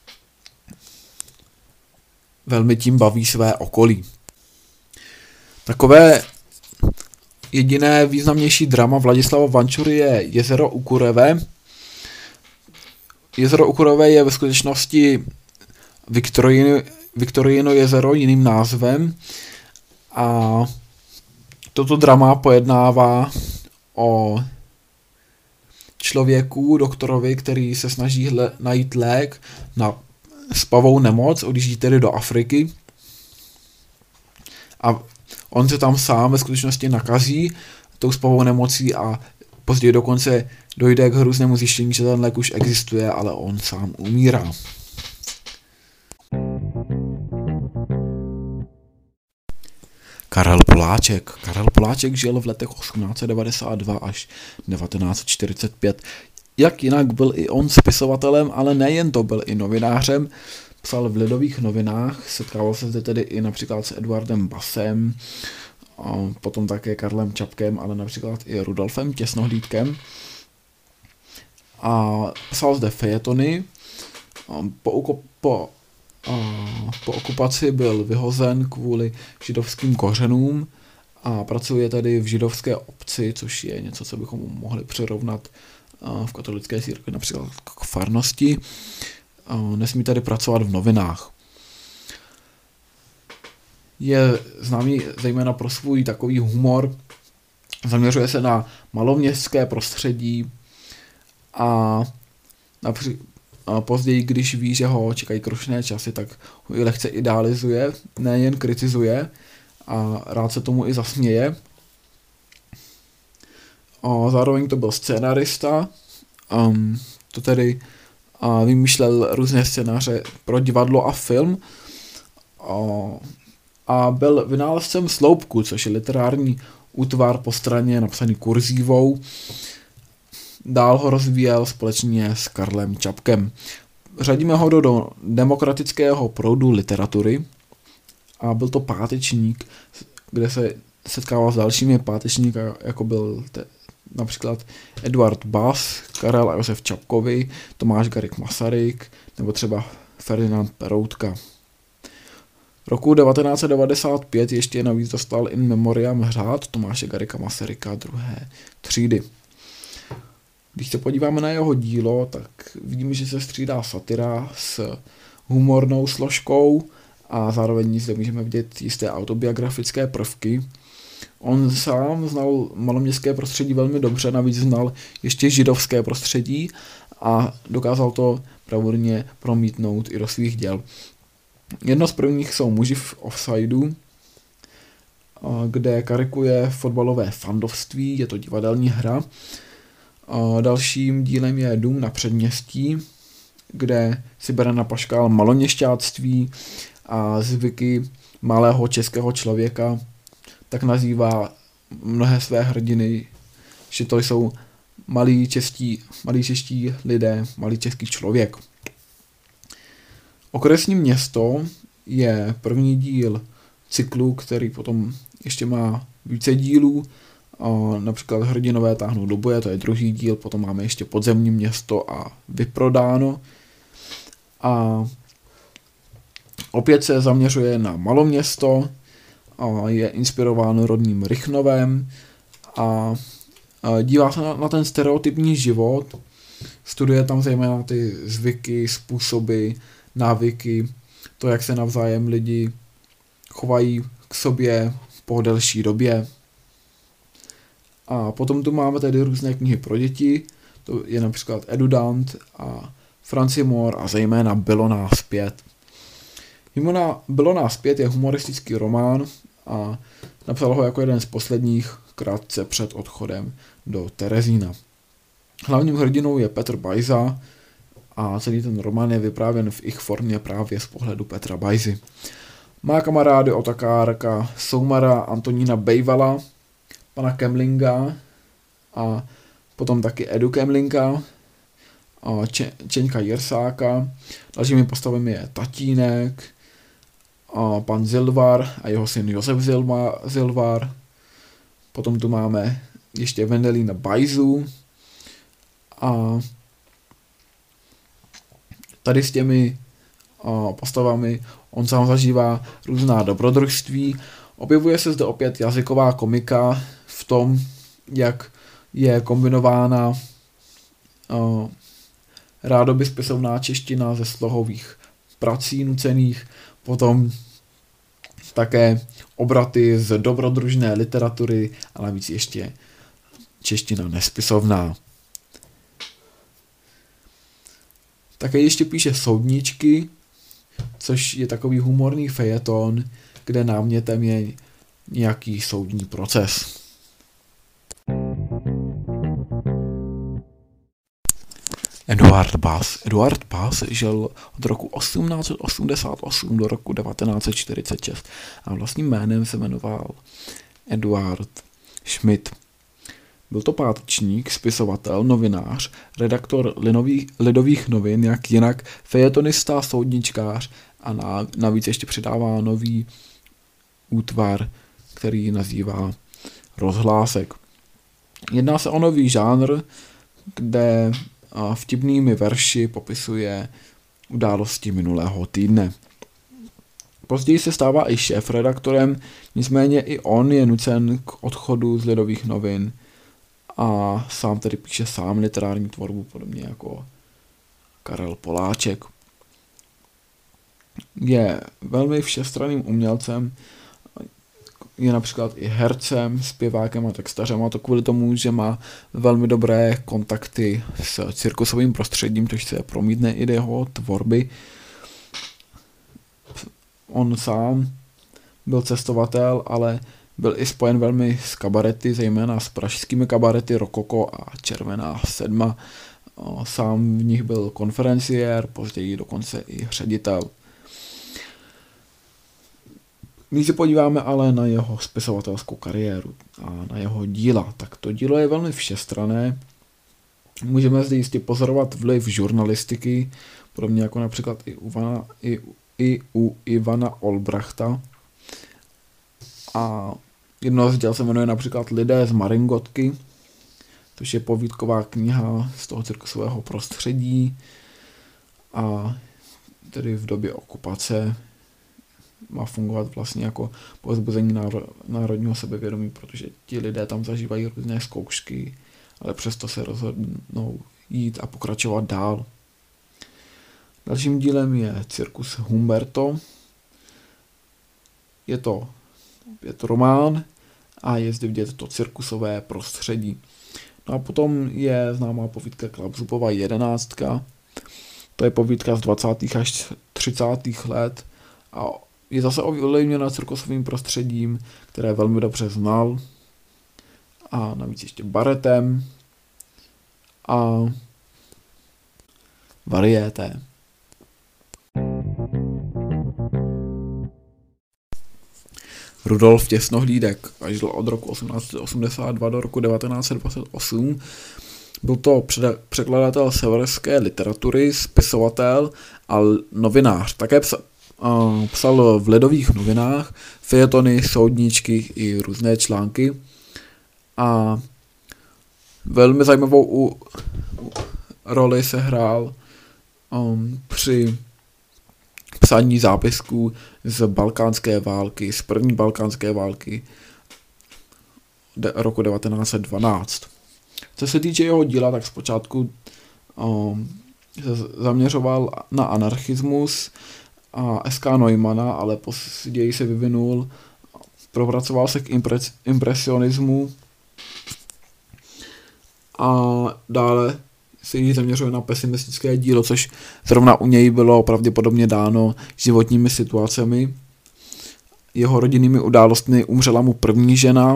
velmi tím baví své okolí. Takové jediné významnější drama Vladislava Vančury je Jezero u Kureve. Jezero u Kureve je ve skutečnosti Viktorino, Viktorino jezero jiným názvem a toto drama pojednává o člověku, doktorovi, který se snaží hle, najít lék na spavou nemoc, odjíždí tedy do Afriky a on se tam sám ve skutečnosti nakazí tou spavou nemocí a později dokonce dojde k hrůznému zjištění, že ten lék už existuje, ale on sám umírá. Karel Poláček. Karel Poláček žil v letech osmnáct set devadesát dva až devatenáct set čtyřicet pět. Jak jinak byl i on spisovatelem, ale nejen to, byl i novinářem. Psal v Lidových novinách, setkával se zde tedy i například s Eduardem Basem, potom také Karlem Čapkem, ale například i Rudolfem Těsnohlídkem. A psal zde fejetony. Po, po, po okupaci byl vyhozen kvůli židovským kořenům a pracuje tady v židovské obci, což je něco, co bychom mohli přirovnat v katolické církvi například k farnosti. Nesmí tady pracovat v novinách. Je známý zejména pro svůj takový humor, zaměřuje se na maloměstské prostředí a, napří- a později, když ví, že ho čekají krušné časy, tak ho i lehce idealizuje, nejen kritizuje a rád se tomu i zasměje. A zároveň to byl scénarista, um, to tedy a vymýšlel různé scénáře pro divadlo a film a, a byl vynálezcem sloupku, což je literární útvar po straně napsaný kurzívou. Dál ho rozvíjel společně s Karlem Čapkem. Řadíme ho do, do demokratického proudu literatury a byl to pátečník, kde se setkával s dalšími pátečníky, jako byl te, například Eduard Bass, Karel a Josef Čapkovi, Tomáš Garrigue Masaryk nebo třeba Ferdinand Peroutka. Roku devatenáct set devadesát pět ještě navíc dostal in memoriam řád Tomáše Garrigua Masaryka druhé třídy. Když se podíváme na jeho dílo, tak vidíme, že se střídá satira s humornou složkou a zároveň zde můžeme vidět jisté autobiografické prvky. On sám znal maloměstské prostředí velmi dobře, navíc znal ještě židovské prostředí a dokázal to bravurně promítnout i do svých děl. Jedno z prvních jsou Muži v offsideu, kde karikuje fotbalové fandovství, je to divadelní hra. Dalším dílem je Dům na předměstí, kde si bere na paškál maloměšťáctví a zvyky malého českého člověka, tak nazývá mnohé své hrdiny, že to jsou malí čeští, malí čeští lidé, malý český člověk. Okresní město je první díl cyklu, který potom ještě má více dílů. Například Hrdinové táhnou do boje, to je druhý díl, potom máme ještě Podzemní město a Vyprodáno. A opět se zaměřuje na maloměsto, a je inspirováno rodným Rychnovem a dívá se na, na ten stereotypní život, studuje tam zejména ty zvyky, způsoby, návyky, to, jak se navzájem lidi chovají k sobě po delší době. A potom tu máme tedy různé knihy pro děti, to je například Edudant a Francimor a zejména Bylo nás pět. Jimona Bylo nás pět je humoristický román a napsal ho jako jeden z posledních krátce před odchodem do Terezína. Hlavním hrdinou je Petr Bajza a celý ten román je vyprávěn v ich formě právě z pohledu Petra Bajzy. Má kamarády Otakárka Soumara, Antonína Bejvala, pana Kemlinga a potom taky Edu Kemlinga, a Če- Čeňka Jirsáka. Dalšími postavami je Tatínek, a pan Zilvar a jeho syn Josef Zilma, Zilvar. Potom tu máme ještě Vendelína Bajzu a tady s těmi a, postavami on sám zažívá různá dobrodružství. Objevuje se zde opět jazyková komika v tom, jak je kombinována a, rádoby spisovná čeština ze slohových prací nucených, potom také obraty z dobrodružné literatury a navíc ještě čeština nespisovná. Také ještě píše Soudničky, což je takový humorný fejeton, kde námětem je nějaký soudní proces. Eduard Bass. Eduard Bass žil od roku osmnáct set osmdesát osm do roku devatenáct set čtyřicet šest a vlastním jménem se jmenoval Eduard Schmidt. Byl to pátečník, spisovatel, novinář, redaktor linových, lidových novin, jak jinak fejetonista, soudničkář a na, navíc ještě přidává nový útvar, který nazývá Rozhlásek. Jedná se o nový žánr, kde vtipnými verši popisuje události minulého týdne. Později se stává i šéfredaktorem, nicméně i on je nucen k odchodu z lidových novin a sám tedy píše sám literární tvorbu, podobně jako Karel Poláček. Je velmi všestranným umělcem, je například i hercem, zpěvákem a textařem, a to kvůli tomu, že má velmi dobré kontakty s cirkusovým prostředím, což se promítne i do jeho tvorby. On sám byl cestovatel, ale byl i spojen velmi s kabarety, zejména s pražskými kabarety Rokoko a Červená sedma. Sám v nich byl konferenciér, později dokonce i ředitel. Když se podíváme ale na jeho spisovatelskou kariéru a na jeho díla, tak to dílo je velmi všestranné. Můžeme zde jistě pozorovat vliv žurnalistiky, podobně jako například i u, Vana, i, i u Ivana Olbrachta. A jedno z děl se jmenuje například Lidé z Maringotky, což je povídková kniha z toho cirkusového prostředí a tedy v době okupace má fungovat vlastně jako povzbuzení národního sebevědomí, protože ti lidé tam zažívají různé zkoušky, ale přesto se rozhodnou jít a pokračovat dál. Dalším dílem je Cirkus Humberto. Je to opět román a je zde vidět to cirkusové prostředí. No a potom je známá povídka Klausůvova jedenáctka. To je povídka z dvacátých až třicátých let a je zase ovlivněna cirkusovým prostředím, které velmi dobře znal, a navíc ještě baretem a varieté. Rudolf Těsnohlídek žil od roku osmnáct set osmdesát dva do roku devatenáct set dvacet osm. Byl to překladatel severské literatury, spisovatel a novinář. Také psa- psal v Lidových novinách fejetony, soudníčky i různé články a velmi zajímavou u, u roli se hrál um, při psaní zápisků z balkánské války, z první balkánské války de, roku devatenáct set dvanáct. Co se týče jeho díla, tak zpočátku um, se zaměřoval na anarchismus a S K Neumana, ale později se vyvinul, propracoval se k impres, impresionismu a dále se jí zaměřuje na pesimistické dílo, což zrovna u něj bylo pravděpodobně dáno životními situacemi. Jeho rodinnými událostmi umřela mu první žena,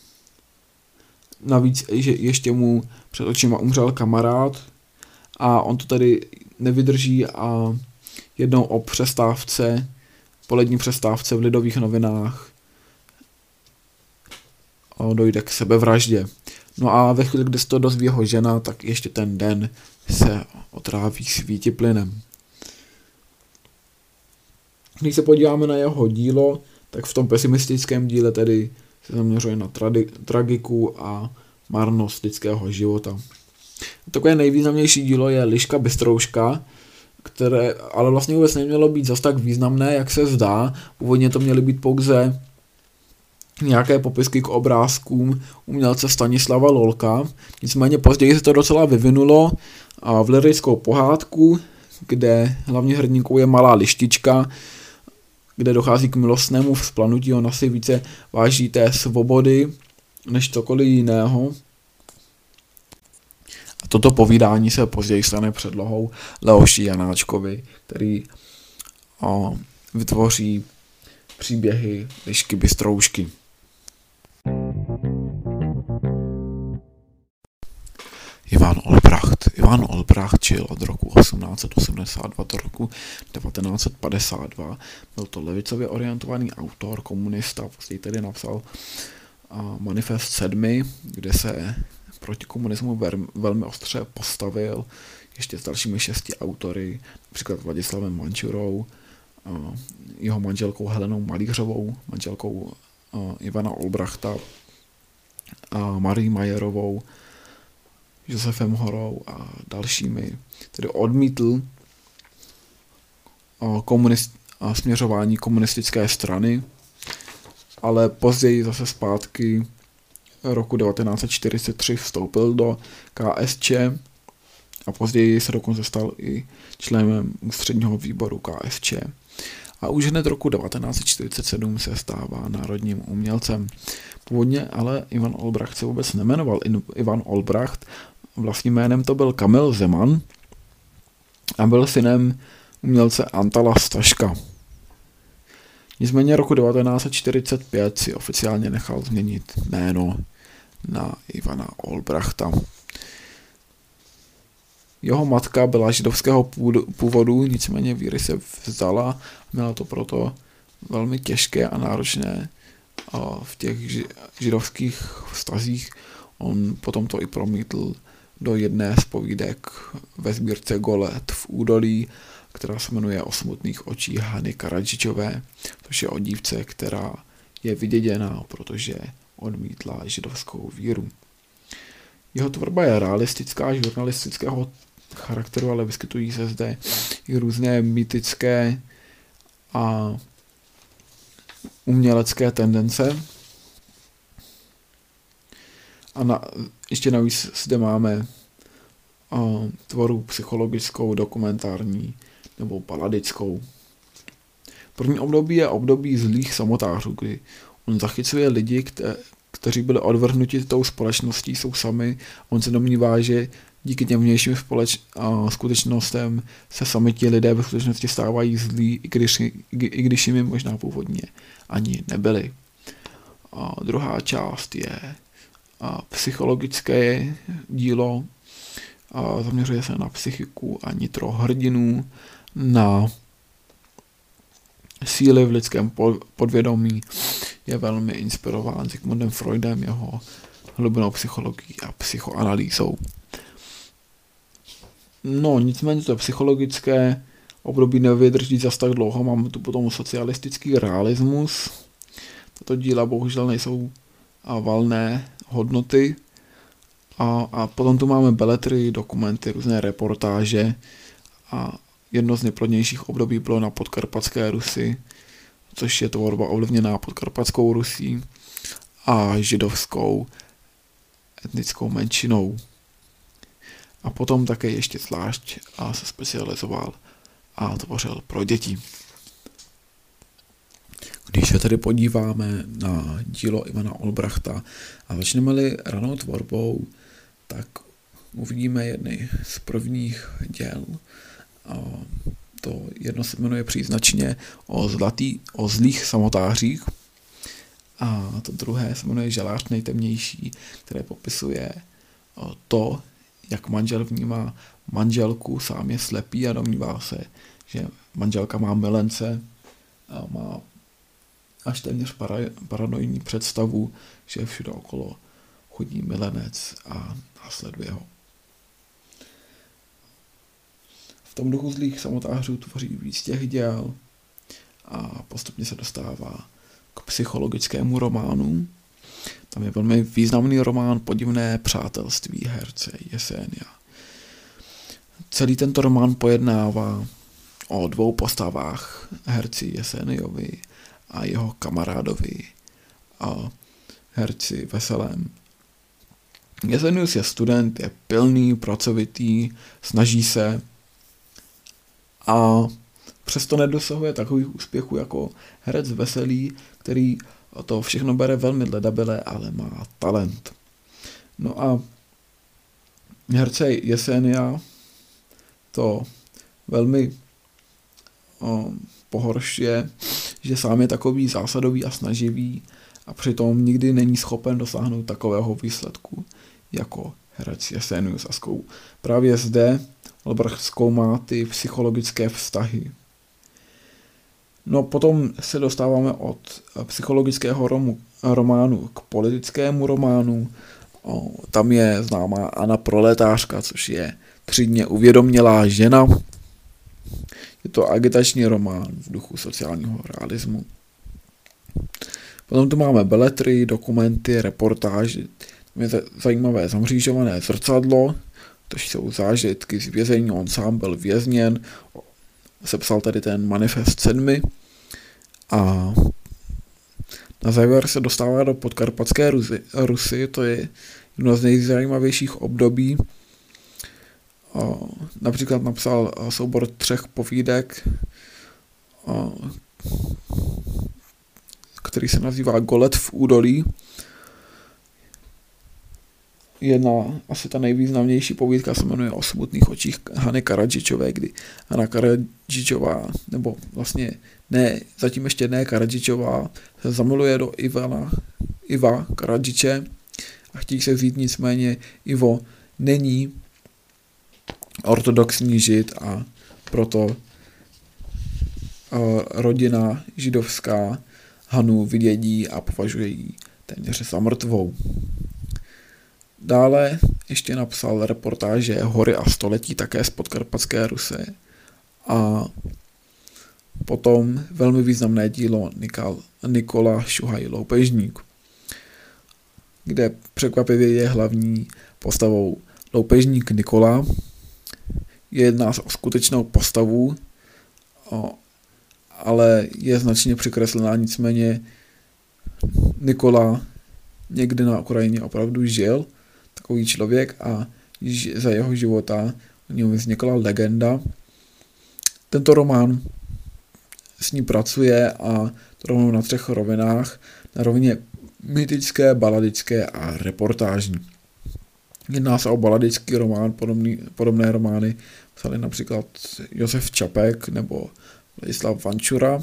navíc že ještě mu před očima umřel kamarád a on to tady nevydrží a jednou o přestávce, polední přestávce v Lidových novinách dojde k sebevraždě. No a ve chvíli, kdy se to dozví jeho žena, tak ještě ten den se otráví svítiplynem. Když se podíváme na jeho dílo, tak v tom pesimistickém díle tedy se zaměřuje na tradi- tragiku a marnost lidského života. Takové nejvýznamnější dílo je Liška Bystrouška, které ale vlastně vůbec nemělo být zas tak významné, jak se zdá. Původně to měly být pouze nějaké popisky k obrázkům umělce Stanislava Lolka. Nicméně později se to docela vyvinulo v lyrickou pohádku, kde hlavní hrdinkou je malá lištička, kde dochází k milostnému vzplanutí. Ona si více váží té svobody než cokoliv jiného. A toto povídání se později stane předlohou Leoši Janáčkovi, který o, vytvoří příběhy Lišky Bystroušky. Ivan Olbracht. Ivan Olbracht žil od roku osmnáct set osmdesát dva do roku devatenáct set padesát dva. Byl to levicově orientovaný autor, komunista, později tedy napsal uh, Manifest sedmi, kde se proti komunismu ver- velmi ostře postavil, ještě s dalšími šesti autory, například Vladislavem Mančurou, uh, jeho manželkou Helenou Malířovou, manželkou uh, Ivana Olbrachta, a Marii Majerovou, Josefem Horou a dalšími. Tedy odmítl komunist, směřování komunistické strany, ale později zase zpátky roku devatenáct set čtyřicet tři vstoupil do K S Č a později se dokonce stal i členem ústředního výboru K S Č. A už hned roku devatenáct set čtyřicet sedm se stává národním umělcem. Původně ale Ivan Olbracht se vůbec nemenoval Ivan Olbracht, vlastním jménem to byl Kamil Zeman a byl synem umělce Antala Staška. Nicméně roku devatenáct set čtyřicet pět si oficiálně nechal změnit jméno na Ivana Olbrachta. Jeho matka byla židovského původu, nicméně víry se vzdala, měla to proto velmi těžké a náročné v těch židovských vztazích. On potom to i promítl do jedné z povídek ve sbírce Golet v údolí, která se jmenuje O smutných očích Hany Karadžičové, což je o dívce, která je vyděděná, protože odmítla židovskou víru. Jeho tvorba je realistická, žurnalistického charakteru, ale vyskytují se zde i různé mýtické a umělecké tendence. A na, ještě navíc zde máme uh, tvorbu psychologickou, dokumentární nebo baladickou. První období je období zlých samotářů, kdy on zachycuje lidi, kte, kteří byli odvrhnuti tou společností, jsou sami. On se domnívá, že díky těm vnějším společ, uh, skutečnostem se sami ti lidé ve skutečnosti stávají zlí, i když, i, i když jim možná původně ani nebyli. Uh, druhá část je uh, psychologické dílo, uh, zaměřuje se na psychiku a nitro hrdinů, na síly v lidském podvědomí, je velmi inspirován Sigmundem Freudem, jeho hlubinou psychologií a psychoanalýzou. No, nicméně to psychologické období nevydrží zas tak dlouho. Máme tu potom socialistický realismus. Tato díla bohužel nejsou valné hodnoty. A, a potom tu máme beletry, dokumenty, různé reportáže. A jedno z nejplodnějších období bylo na Podkarpatské Rusi, což je tvorba ovlivněná Podkarpatskou Rusí a židovskou etnickou menšinou. A potom také ještě zvlášť a se specializoval a tvořil pro děti. Když se tedy podíváme na dílo Ivana Olbrachta a začneme-li ranou tvorbou, tak uvidíme jedny z prvních děl. A to jedno se jmenuje příznačně o, zlatý, o zlých samotářích a to druhé se jmenuje Žalář nejtemnější, které popisuje to, jak manžel vnímá manželku, sám je slepý a domnívá se, že manželka má milence a má až téměř para, paranoidní představu, že všude okolo chodí milenec a následuje ho. V tom duchu zlých samotářů tvoří víc těch děl a postupně se dostává k psychologickému románu. Tam je velmi významný román Podivné přátelství herce Jesenia. Celý tento román pojednává o dvou postavách, herci Jeseniovi a jeho kamarádovi a herci Veselém. Jesenius je student, je pilný, pracovitý, snaží se a přesto nedosahuje takových úspěchů jako herec Veselý, který to všechno bere velmi ledabile, ale má talent. No a herce Jesenia to velmi o, pohoršuje, že sám je takový zásadový a snaživý a přitom nikdy není schopen dosáhnout takového výsledku jako herec Jesenius. A zkou. Právě zde Olbracht zkoumá ty psychologické vztahy. No potom se dostáváme od psychologického romu, románu k politickému románu. O, tam je známá Anna Proletářka, což je třídně uvědomělá žena. Je to agitační román v duchu sociálního realismu. Potom tu máme beletry, dokumenty, reportáže. Tam je zajímavé Zamřížované zrcadlo, to jsou zážitky z vězení, on sám byl vězněn, sepsal tady ten manifest sedmi a na závěr se dostává do Podkarpatské Rusy, Rusy, to je jedno z nejzajímavějších období. Například napsal soubor třech povídek, který se nazývá Golet v údolí. Jedna, asi ta nejvýznamnější povídka se jmenuje O smutných očích Hany Karadžičové, kdy Hana Karadžičová, nebo vlastně ne, zatím ještě ne Karadžičová, se zamiluje do Ivana, Iva Karadžiče a chtějí se vzít, nicméně Ivo není ortodoxní žid a proto rodina židovská Hanu vydědí a považuje ji téměř za mrtvou. Dále ještě napsal reportáže Hory a století také z Podkarpatské Rusy a potom velmi významné dílo Nikal, Nikola Šuhaj Loupežník, kde překvapivě je hlavní postavou loupežník Nikola. Jedná se o skutečnou postavu, o, ale je značně překreslená, nicméně Nikola někdy na Ukrajině opravdu žil, takový člověk, a za jeho života o něm vznikla legenda. Tento román s ní pracuje a to rovnou na třech rovinách, na rovině mytické, baladické a reportážní. Jedná se o baladický román, podobný, podobné romány psali například Josef Čapek nebo Ladislav Vančura.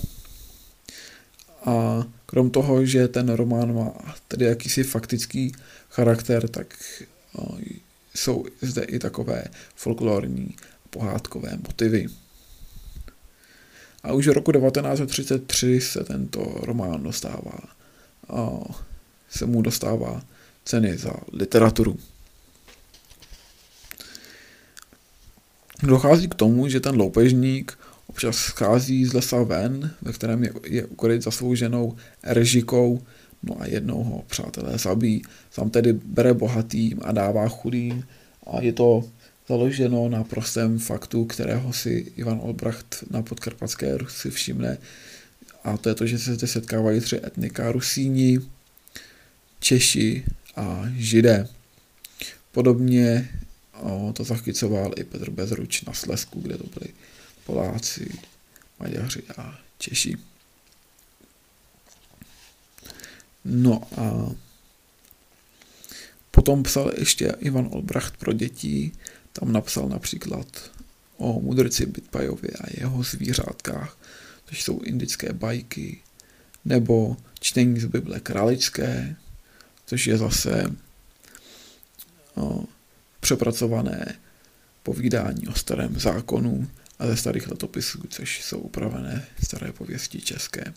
A krom toho, že ten román má tedy jakýsi faktický charakter, tak jsou zde i takové folklorní pohádkové motivy. A už v roku devatenáct set třicet tři se tento román dostává, a se mu dostává ceny za literaturu. Dochází k tomu, že ten loupežník občas schází z lesa ven, ve kterém je, je ukryt za svou ženou Eržikou, no a jednou ho přátelé zabíjí. Tam tedy bere bohatým a dává chudým a je to založeno na prostém faktu, kterého si Ivan Olbracht na podkarpatské Rusi všimne, a to je to, že se zde setkávají tři etnika: Rusíni, Češi a Židé. Podobně o, to zachycoval i Petr Bezruč na Slezsku, kde to byli Poláci, Maďaři a Češi. No a potom psal ještě Ivan Olbracht pro děti. Tam napsal například o mudrci Bitpajovi a jeho zvířátkách, což jsou indické bajky, nebo čtení z Bible Kraličské, což je zase o, přepracované povídání o starém zákonu a ze starých letopisů, což jsou upravené staré pověsti české.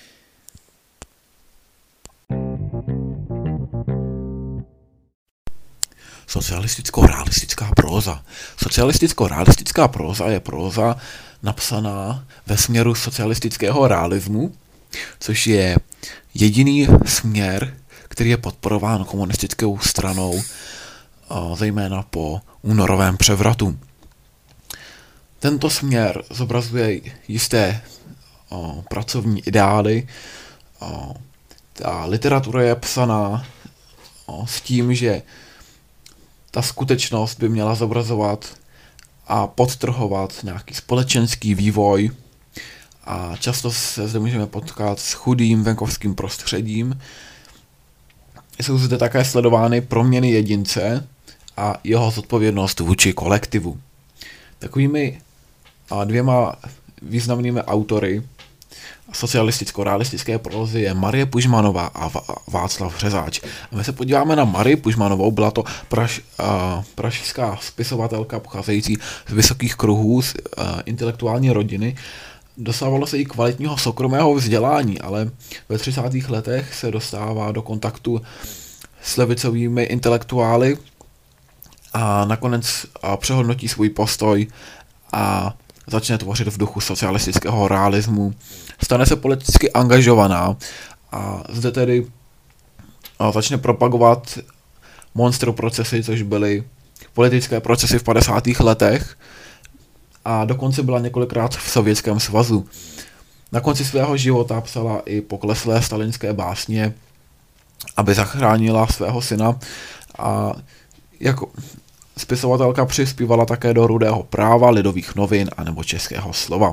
Socialisticko-realistická próza. Socialisticko-realistická próza je próza napsaná ve směru socialistického realismu, což je jediný směr, který je podporován komunistickou stranou, zejména po únorovém převratu. Tento směr zobrazuje jisté o, pracovní ideály. O, ta literatura je psaná o, s tím, že ta skutečnost by měla zobrazovat a podtrhovat nějaký společenský vývoj a často se zde můžeme potkat s chudým venkovským prostředím. Jsou zde také sledovány proměny jedince a jeho zodpovědnost vůči kolektivu. Takovými dvěma významnými autory socialisticko-realistické prózy je Marie Pužmanová a Václav Řezáč. A my se podíváme na Marii Pužmanovou, byla to praž, uh, pražská spisovatelka pocházející z vysokých kruhů, z uh, intelektuální rodiny. Dostávalo se jí kvalitního soukromého vzdělání, ale ve třicátých letech se dostává do kontaktu s levicovými intelektuály a nakonec uh, přehodnotí svůj postoj a začne tvořit v duchu socialistického realismu. Stane se politicky angažovaná a zde tedy začne propagovat monstru procesy, což byly politické procesy v padesátých letech a dokonce byla několikrát v Sovětském svazu. Na konci svého života psala i pokleslé stalinské básně, aby zachránila svého syna, a jako spisovatelka přispívala také do Rudého práva, Lidových novin a nebo Českého slova.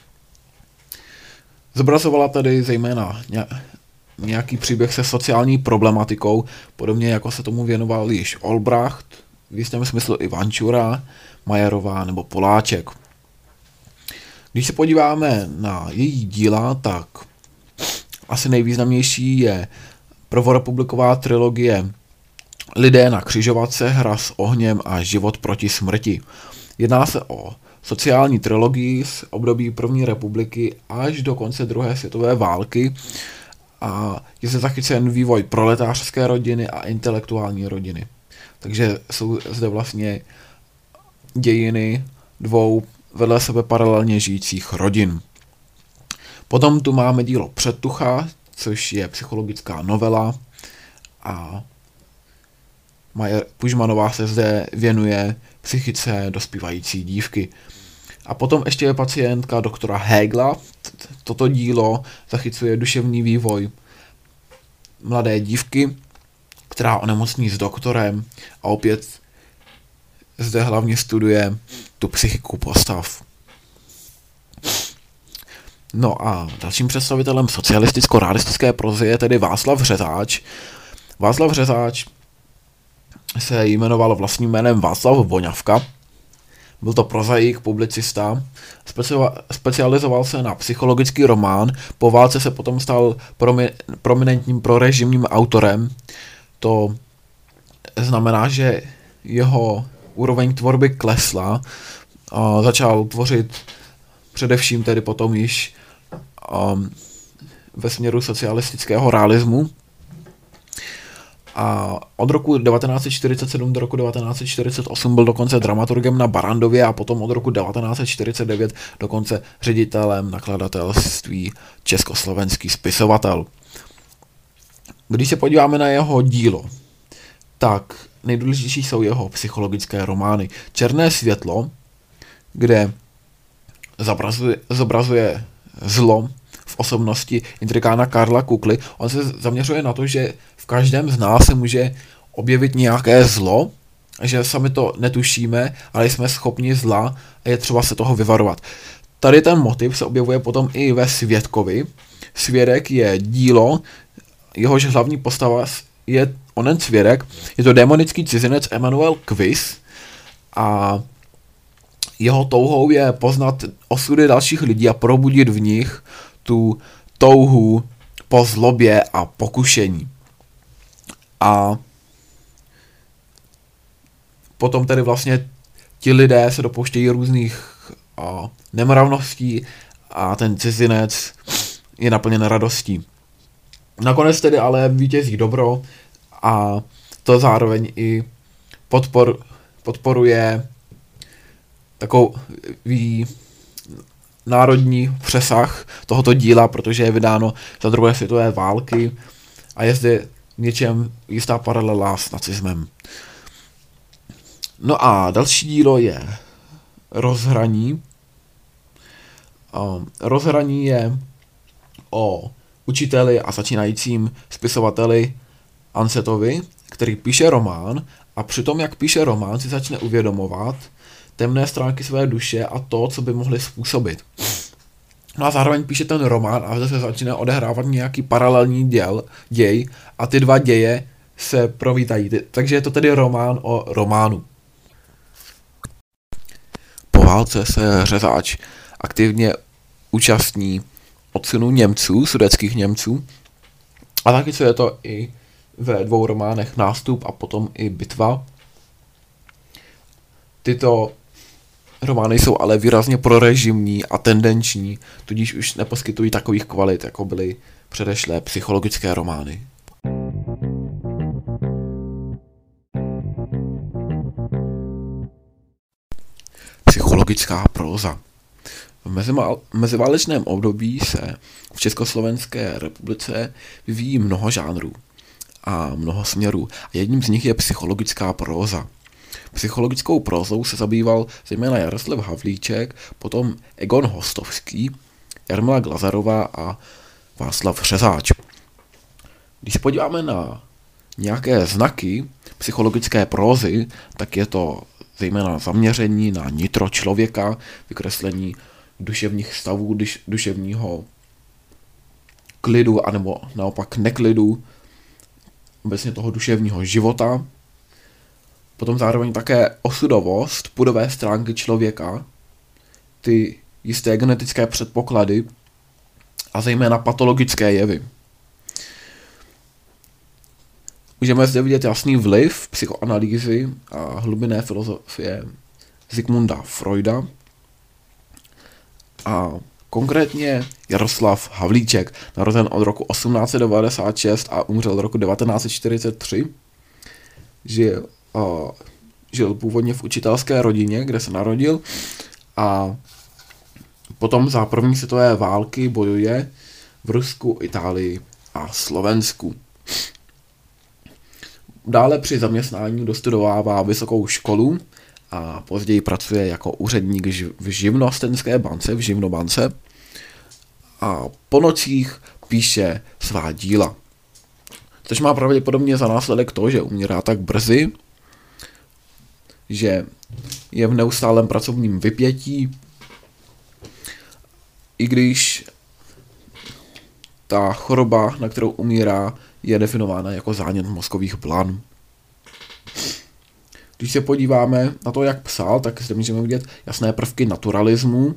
Zobrazovala tedy zejména nějaký příběh se sociální problematikou, podobně jako se tomu věnoval již Olbracht, v jistém smyslu i Vančura, Majerová nebo Poláček. Když se podíváme na její díla, tak asi nejvýznamnější je prvorepubliková trilogie Lidé na křižovatce, Hra s ohněm a Život proti smrti. Jedná se o sociální trilogii z období první republiky až do konce druhé světové války a je zde zachycen vývoj proletářské rodiny a intelektuální rodiny. Takže jsou zde vlastně dějiny dvou vedle sebe paralelně žijících rodin. Potom tu máme dílo Předtucha, což je psychologická novela, a Marie Pužmanová se zde věnuje psychice dospívající dívky. A potom ještě je Pacientka doktora Hegla. Toto dílo zachycuje duševní vývoj mladé dívky, která onemocní s doktorem, a opět zde hlavně studuje tu psychiku postav. No a dalším představitelem socialisticko-realistické prózy je tedy Václav Řezáč. Václav Řezáč se jmenoval vlastním jménem Václav Voňavka. Byl to prozaik, publicista, specializoval se na psychologický román, po válce se potom stal promi- prominentním prorežimním autorem. To znamená, že jeho úroveň tvorby klesla, a začal tvořit především tedy potom již um, ve směru socialistického realismu. A od roku devatenáct set čtyřicet sedm do roku devatenáct set čtyřicet osm byl dokonce dramaturgem na Barrandově a potom od roku devatenáct set čtyřicet devět dokonce ředitelem nakladatelství Československý spisovatel. Když se podíváme na jeho dílo, tak nejdůležitější jsou jeho psychologické romány. Černé světlo, kde zobrazuje, zobrazuje zlo v osobnosti intrikána Karla Kukly. On se zaměřuje na to, že v každém z nás se může objevit nějaké zlo, že sami to netušíme, ale jsme schopni zla a je třeba se toho vyvarovat. Tady ten motiv se objevuje potom i ve Svědkovi. Svědek je dílo, jehož hlavní postava je onen svědek, je to démonický cizinec Emanuel Quiz a jeho touhou je poznat osudy dalších lidí a probudit v nich tu touhu po zlobě a pokušení. A potom tedy vlastně ti lidé se dopouštějí různých a, nemravností a ten cizinec je naplněn radostí. Nakonec tedy ale vítězí dobro a to zároveň i podpor, podporuje takový národní přesah tohoto díla, protože je vydáno za druhé světové války a je zde v něčem jistá paralela s nacismem. No a další dílo je Rozhraní. Rozhraní je o učiteli a začínajícím spisovateli Ansetovi, který píše román a přitom, jak píše román, si začne uvědomovat temné stránky své duše a to, co by mohly způsobit. No a zároveň píše ten román a zde se začne odehrávat nějaký paralelní děl, děj a ty dva děje se provítají. Takže je to tedy román o románu. Po válce se Řezáč aktivně účastní odsunu Němců, sudetských Němců. A taky co je to i ve dvou románech Nástup a potom i Bitva. Tyto romány jsou ale výrazně prorežimní a tendenční, tudíž už neposkytují takových kvalit, jako byly předešlé psychologické romány. Psychologická próza. V meziválečném období se v Československé republice vyvíjí mnoho žánrů a mnoho směrů. A jedním z nich je psychologická próza. Psychologickou prózou se zabýval zejména Jaroslav Havlíček, potom Egon Hostovský, Jarmila Glazarová a Václav Řezáč. Když se podíváme na nějaké znaky psychologické prózy, tak je to zejména zaměření na nitro člověka, vykreslení duševních stavů, duševního klidu, anebo naopak neklidu, obecně toho duševního života. Potom zároveň také osudovost, pudové stránky člověka, ty jisté genetické předpoklady a zejména patologické jevy. Můžeme zde vidět jasný vliv psychoanalýzy a hlubinné filozofie Sigmunda Freuda a konkrétně Jaroslav Havlíček, narozen od roku osmnáct set devadesát šest a umřel od roku devatenáct set čtyřicet tři, žil, uh, žil původně v učitelské rodině, kde se narodil a potom za první světové války bojuje v Rusku, Itálii a Slovensku. Dále při zaměstnání dostudovává vysokou školu a později pracuje jako úředník v živnostenské bance, v živnobance a po nocích píše svá díla. Což má pravděpodobně za následek to, že umírá tak brzy, že je v neustálém pracovním vypětí, i když ta choroba, na kterou umírá, je definována jako zánět mozkových blan. Když se podíváme na to, jak psal, tak zde můžeme vidět jasné prvky naturalismu.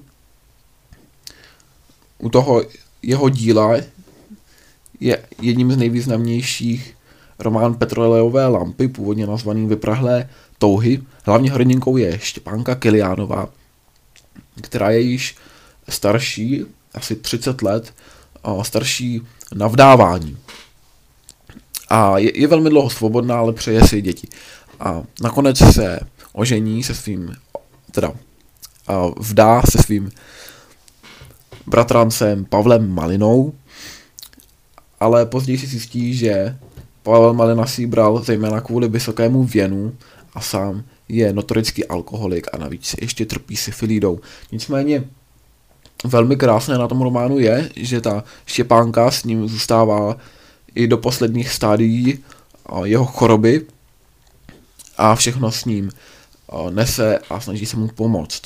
U toho jeho díla je jedním z nejvýznamnějších román Petrolejové lampy, původně nazvaný Vyprahlé touhy. Hlavní hrdinkou je Štěpánka Kiliánová, která je již starší, asi třicet let, starší na vdávání. A je, je velmi dlouho svobodná, ale přeje si děti. A nakonec se ožení se svým, teda vdá se svým bratrancem Pavlem Malinou, ale později si zjistí, že Pavel Malina si bral zejména kvůli vysokému věnu a sám je notorický alkoholik a navíc ještě trpí syfilídou. Nicméně velmi krásné na tom románu je, že ta Štěpánka s ním zůstává i do posledních stádií jeho choroby a všechno s ním nese a snaží se mu pomoct.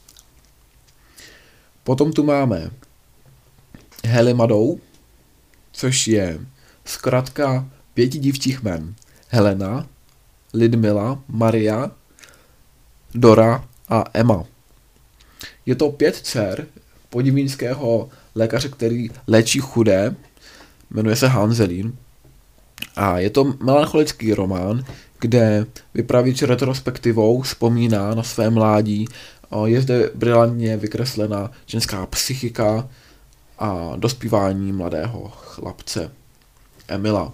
Potom tu máme Helimadou, což je zkratka pěti dívčích jmen. Helena, Lidmila, Maria, Dora a Emma. Je to pět dcer podivínského lékaře, který léčí chudé, jmenuje se Hanzelín. A je to melancholický román, kde vypravěč retrospektivou vzpomíná na své mládí. Je zde brilantně vykreslená ženská psychika a dospívání mladého chlapce Emila.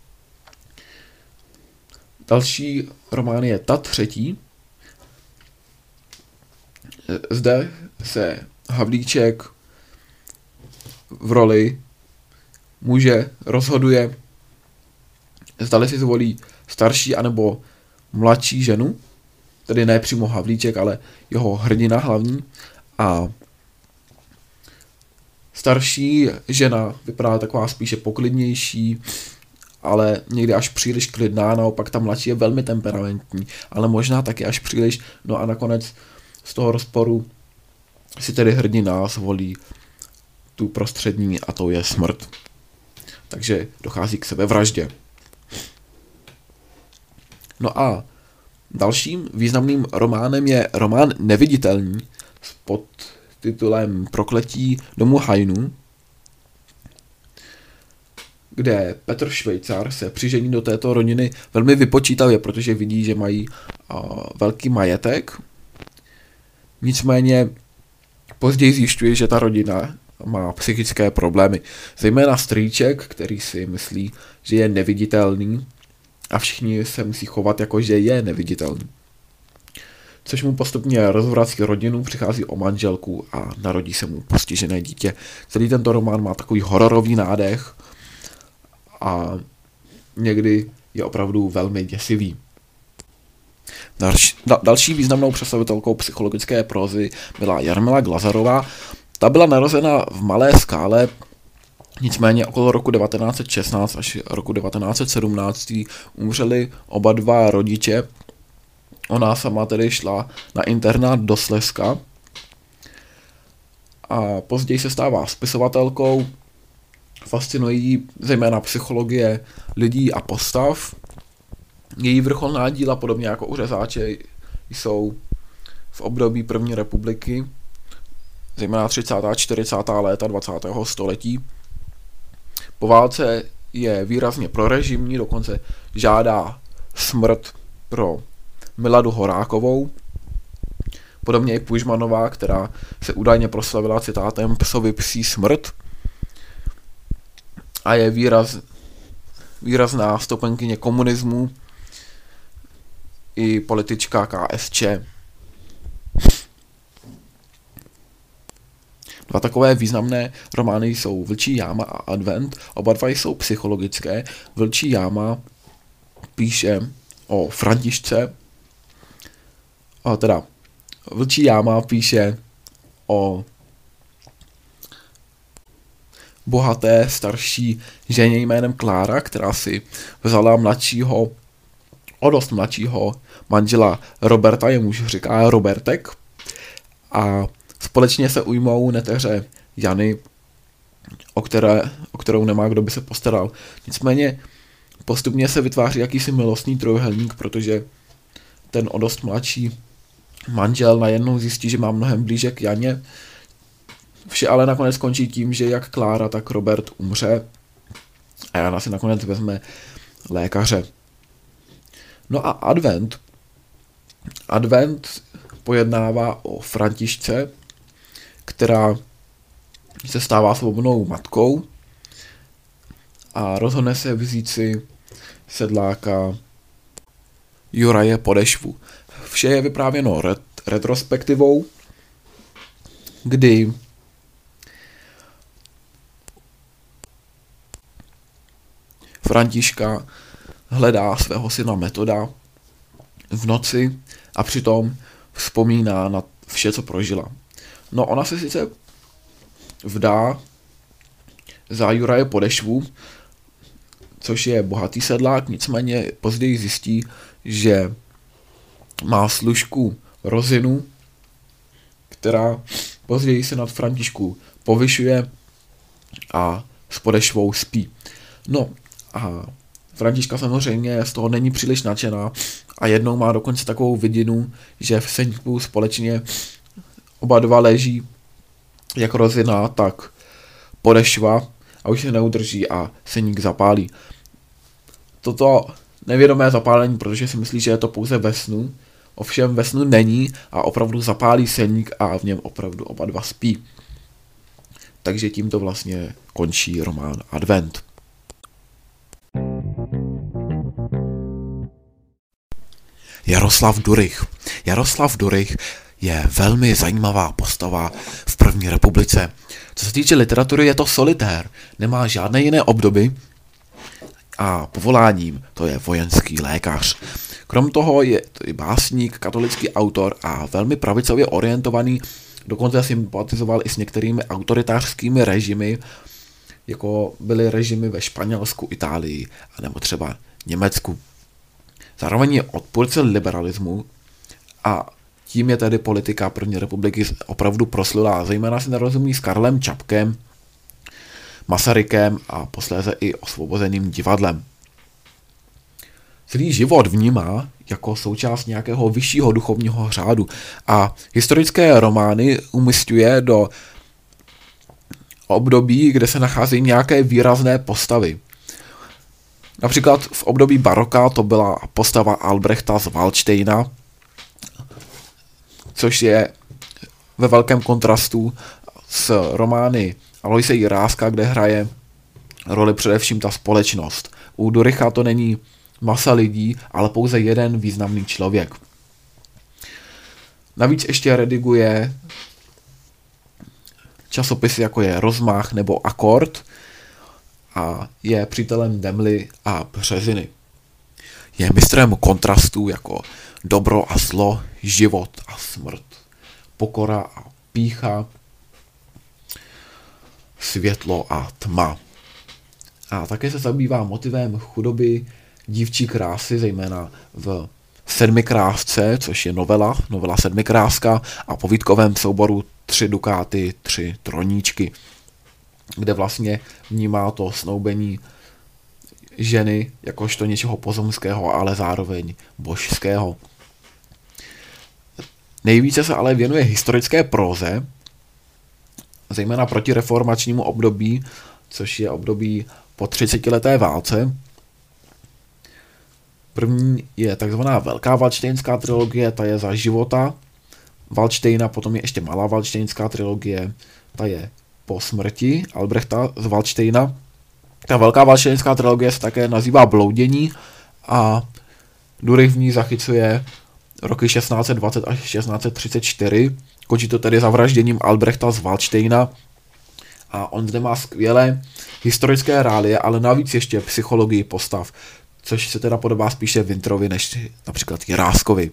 Další román je Ta třetí. Zde se Havlíček v roli muže rozhoduje, zdali si zvolí starší anebo mladší ženu, tedy ne přímo Havlíček, ale jeho hrdina hlavní. A starší žena vypadá taková spíše poklidnější, ale někdy až příliš klidná, naopak ta mladší je velmi temperamentní, ale možná taky až příliš, no a nakonec z toho rozporu si tedy hrdina zvolí tu prostřední a to je smrt. Takže dochází k sebevraždě. No a dalším významným románem je román Neviditelní s podtitulem Prokletí domu Hainů, kde Petr Švejcar se přižení do této rodiny velmi vypočítavě, protože vidí, že mají uh, velký majetek. Nicméně později zjišťuje, že ta rodina má psychické problémy. Zejména strýček, který si myslí, že je neviditelný a všichni se musí chovat jako, že je neviditelný. Což mu postupně rozvrací rodinu, přichází o manželku a narodí se mu postižené dítě. Celý tento román má takový hororový nádech a někdy je opravdu velmi děsivý. Další, da, další významnou představitelkou psychologické prózy byla Jarmila Glazarová. Ta byla narozena v Malé Skále, nicméně okolo roku devatenáct set šestnáct až roku devatenáct set sedmnáct umřeli oba dva rodiče. Ona sama tedy šla na internát do Slezska a později se stává spisovatelkou. Fascinují zejména psychologie lidí a postav. Její vrcholná díla, podobně jako u Řezáče, jsou v období první republiky, zejména třicátá a čtyřicátá léta dvacátého století. Po válce je výrazně prorežimní, dokonce žádá smrt pro Miladu Horákovou. Podobně i Pužmanová, která se údajně proslavila citátem "Psovi psí smrt" a je výraz, výrazná stoupenkyně komunismu i politička K S Č. Dva takové významné romány jsou Vlčí jáma a Advent. Oba dva jsou psychologické. Vlčí jáma píše o Františce, a teda Vlčí jáma píše o bohaté starší ženě jménem Klára, která si vzala mladšího, o dost mladšího manžela Roberta, jemuž říká Robertek, a společně se ujmou neteře Jany, o, které, o kterou nemá kdo by se postaral. Nicméně postupně se vytváří jakýsi milostný trojúhelník, protože ten o dost mladší manžel najednou zjistí, že má mnohem blíže k Janě. Vše ale nakonec končí tím, že jak Klára, tak Robert umře a Jana si nakonec vezme lékaře. No a Advent. Advent pojednává o Františce, která se stává svobodnou matkou a rozhodne se vzít si sedláka Juraje Podešvu. Vše je vyprávěno ret- retrospektivou, kdy Františka hledá svého syna Metoda v noci a přitom vzpomíná na vše, co prožila. No, ona se sice vdá za Juraje Podešvu, což je bohatý sedlák, nicméně později zjistí, že má služku Rozinu, která později se nad Františku povyšuje a s Podešvou spí. No a Františka samozřejmě z toho není příliš nadšená a jednou má dokonce takovou vidinu, že v senku společně oba dva leží, jak Rozina, tak Podešva, a už se neudrží a seník zapálí. Toto nevědomé zapálení, protože si myslí, že je to pouze ve snu, ovšem ve snu není a opravdu zapálí seník a v něm opravdu oba dva spí. Takže tímto vlastně končí román Advent. Jaroslav Durych. Jaroslav Durych je velmi zajímavá postava v první republice. Co se týče literatury, je to solitér, nemá žádné jiné obdoby a povoláním to je vojenský lékař. Krom toho je to i básník, katolický autor a velmi pravicově orientovaný, dokonce sympatizoval i s některými autoritářskými režimy, jako byly režimy ve Španělsku, Itálii a nebo třeba Německu. Zároveň je odpůrce liberalismu a tím je tedy politika první republiky opravdu proslulá, zejména si nerozumí s Karlem Čapkem, Masarykem a posléze i Osvobozeným divadlem. Celý život vnímá jako součást nějakého vyššího duchovního řádu a historické romány umísťuje do období, kde se nacházejí nějaké výrazné postavy. Například v období baroka to byla postava Albrechta z Valdštejna, což je ve velkém kontrastu s romány Aloise Jiráska, kde hraje roli především ta společnost. U Durycha to není masa lidí, ale pouze jeden významný člověk. Navíc ještě rediguje časopisy, jako je Rozmach nebo Akord, a je přítelem Demly a Březiny. Je mistrem kontrastů jako dobro a zlo, život a smrt, pokora a pýcha, světlo a tma. A také se zabývá motivem chudoby, dívčí krásy, zejména v Sedmikrásce, což je novela, novela Sedmikráska, a povídkovém souboru Tři dukáty, tři troníčky, kde vlastně vnímá to snoubení ženy jakožto něčeho pozemského, ale zároveň božského. Nejvíce se ale věnuje historické próze, zejména protireformačnímu období, což je období po třicetileté válce. První je takzvaná Velká valdštejnská trilogie, ta je za života Valdštejna, potom je ještě Malá valdštejnská trilogie, ta je po smrti Albrechta z Valdštejna. Ta Velká valdštejnská trilogie se také nazývá Bloudění a Durych v ní zachycuje roky šestnáct set dvacet až šestnáct set třicet čtyři, končí to tedy zavražděním Albrechta z Valdštejna a on zde má skvělé historické reálie, ale navíc ještě psychologii postav, což se teda podobá spíše Winterovi než například Jiráskovi.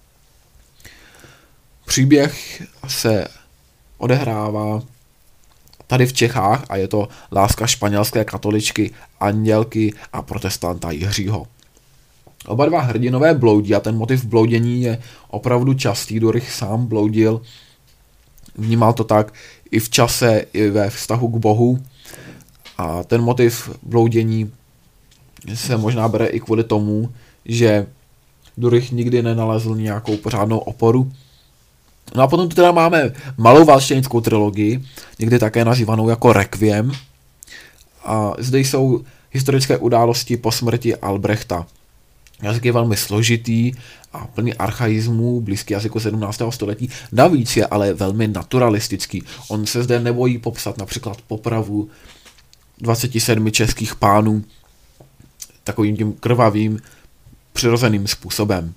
Příběh se odehrává tady v Čechách a je to láska španělské katoličky Andělky a protestanta Jiřího. Oba dva hrdinové bloudí a ten motiv bloudění je opravdu častý. Durych sám bloudil, vnímal to tak i v čase, i ve vztahu k Bohu a ten motiv bloudění se možná bere i kvůli tomu, že Durych nikdy nenalezl nějakou pořádnou oporu. No a potom tu teda máme Malou valdštejnskou trilogii, někdy také nazývanou jako Requiem. A zde jsou historické události po smrti Albrechta. Jazyk je velmi složitý a plný archaismů, blízký jazyku sedmnáctého století. Navíc je ale velmi naturalistický. On se zde nebojí popsat například popravu dvaceti sedmi českých pánů, takovým tím krvavým, přirozeným způsobem.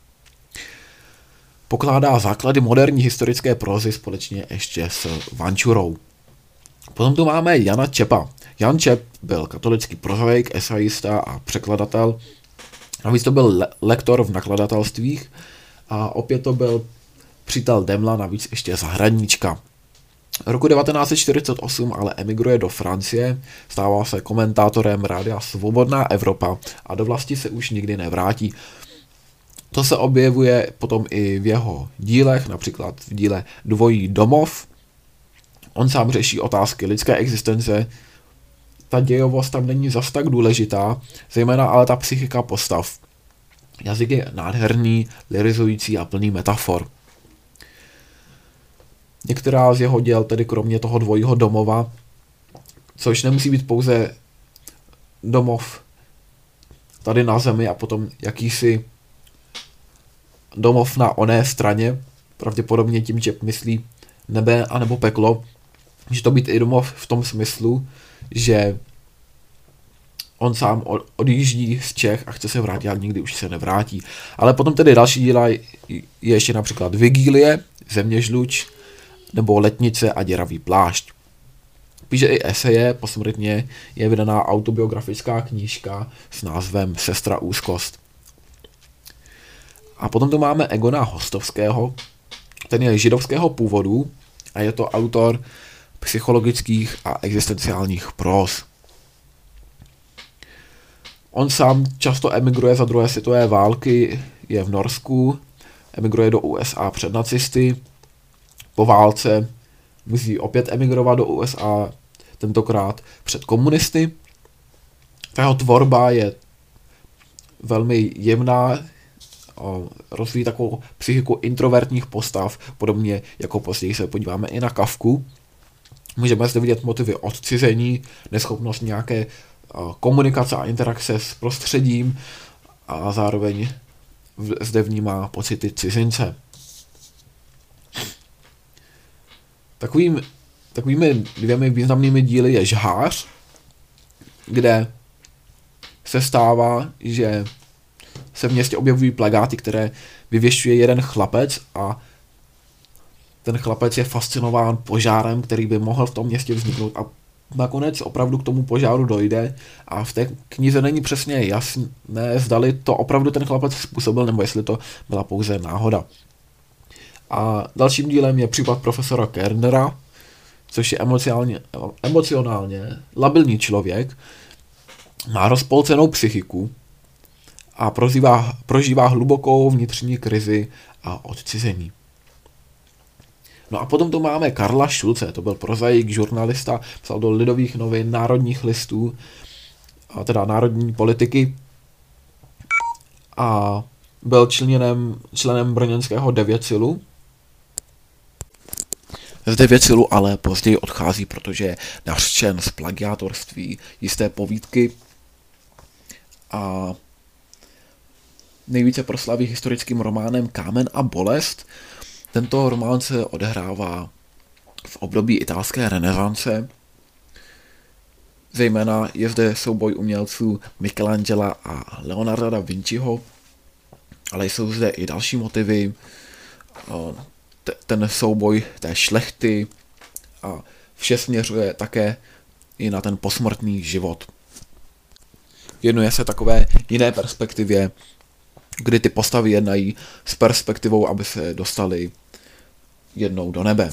Pokládá základy moderní historické prózy společně ještě s Vančurou. Potom tu máme Jana Čepa. Jan Čep byl katolický prozaik, esajista a překladatel. Navíc to byl le- lektor v nakladatelstvích a opět to byl přítel Demla, navíc ještě zahradníčka. Roku devatenáct set čtyřicet osm ale emigruje do Francie, stává se komentátorem rádia Svobodná Evropa a do vlasti se už nikdy nevrátí. To se objevuje potom i v jeho dílech, například v díle Dvojí domov. On sám řeší otázky lidské existence. Ta dějovost tam není zas tak důležitá, zejména ale ta psychika postav. Jazyk je nádherný, lyrizující a plný metafor. Některá z jeho děl, tedy kromě toho Dvojího domova, což nemusí být pouze domov tady na zemi a potom jakýsi domov na oné straně, pravděpodobně tím Čep myslí nebe anebo peklo, může to být i domov v tom smyslu, že on sám odjíždí z Čech a chce se vrátit, ale nikdy už se nevrátí. Ale potom tedy další díla je ještě například Vigílie, Zeměžluč, nebo Letnice a Děravý plášť. Píše i eseje, posmrtně je vydaná autobiografická knížka s názvem Sestra úzkost. A potom tu máme Egona Hostovského, ten je židovského původu a je to autor psychologických a existenciálních próz. On sám často emigruje za druhé světové války, je v Norsku, emigruje do U S A před nacisty, po válce musí opět emigrovat do U S A, tentokrát před komunisty. Ta jeho tvorba je velmi jemná, rozvíjí takovou psychiku introvertních postav, podobně jako později se podíváme i na Kafku. Můžeme zde vidět motivy odcizení, neschopnost nějaké komunikace a interakce s prostředím a zároveň zde vnímá pocity cizince. Takovým, takovými dvěmi významnými díly je Žhář, kde se stává, že se v městě objevují plakáty, které vyvěšuje jeden chlapec a ten chlapec je fascinován požárem, který by mohl v tom městě vzniknout a nakonec opravdu k tomu požáru dojde a v té knize není přesně jasné, zdali to opravdu ten chlapec způsobil, nebo jestli to byla pouze náhoda. A dalším dílem je případ profesora Kernera, což je emocionálně, emocionálně labilní člověk, má rozpolcenou psychiku a prožívá, prožívá hlubokou vnitřní krizi a odcizení. No a potom tu máme Karla Šulce, to byl prozaik, žurnalista, psal do Lidových novin, Národních listů, a teda národní politiky a byl členem, členem brněnského Devětsilu. Z Devětsilu ale později odchází, protože je nařčen z plagiátorství jisté povídky a nejvíce proslaví historickým románem Kámen a bolest. Tento román se odehrává v období italské renesance. Zejména je zde souboj umělců Michelangela a Leonarda da Vinciho, ale jsou zde i další motivy, ten souboj té šlechty a vše směřuje také i na ten posmrtný život. Věnuje se takové jiné perspektivě, kdy ty postavy jednají s perspektivou, aby se dostali jednou do nebe.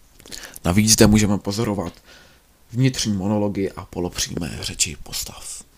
Navíc zde můžeme pozorovat vnitřní monology a polopřímé řeči postav.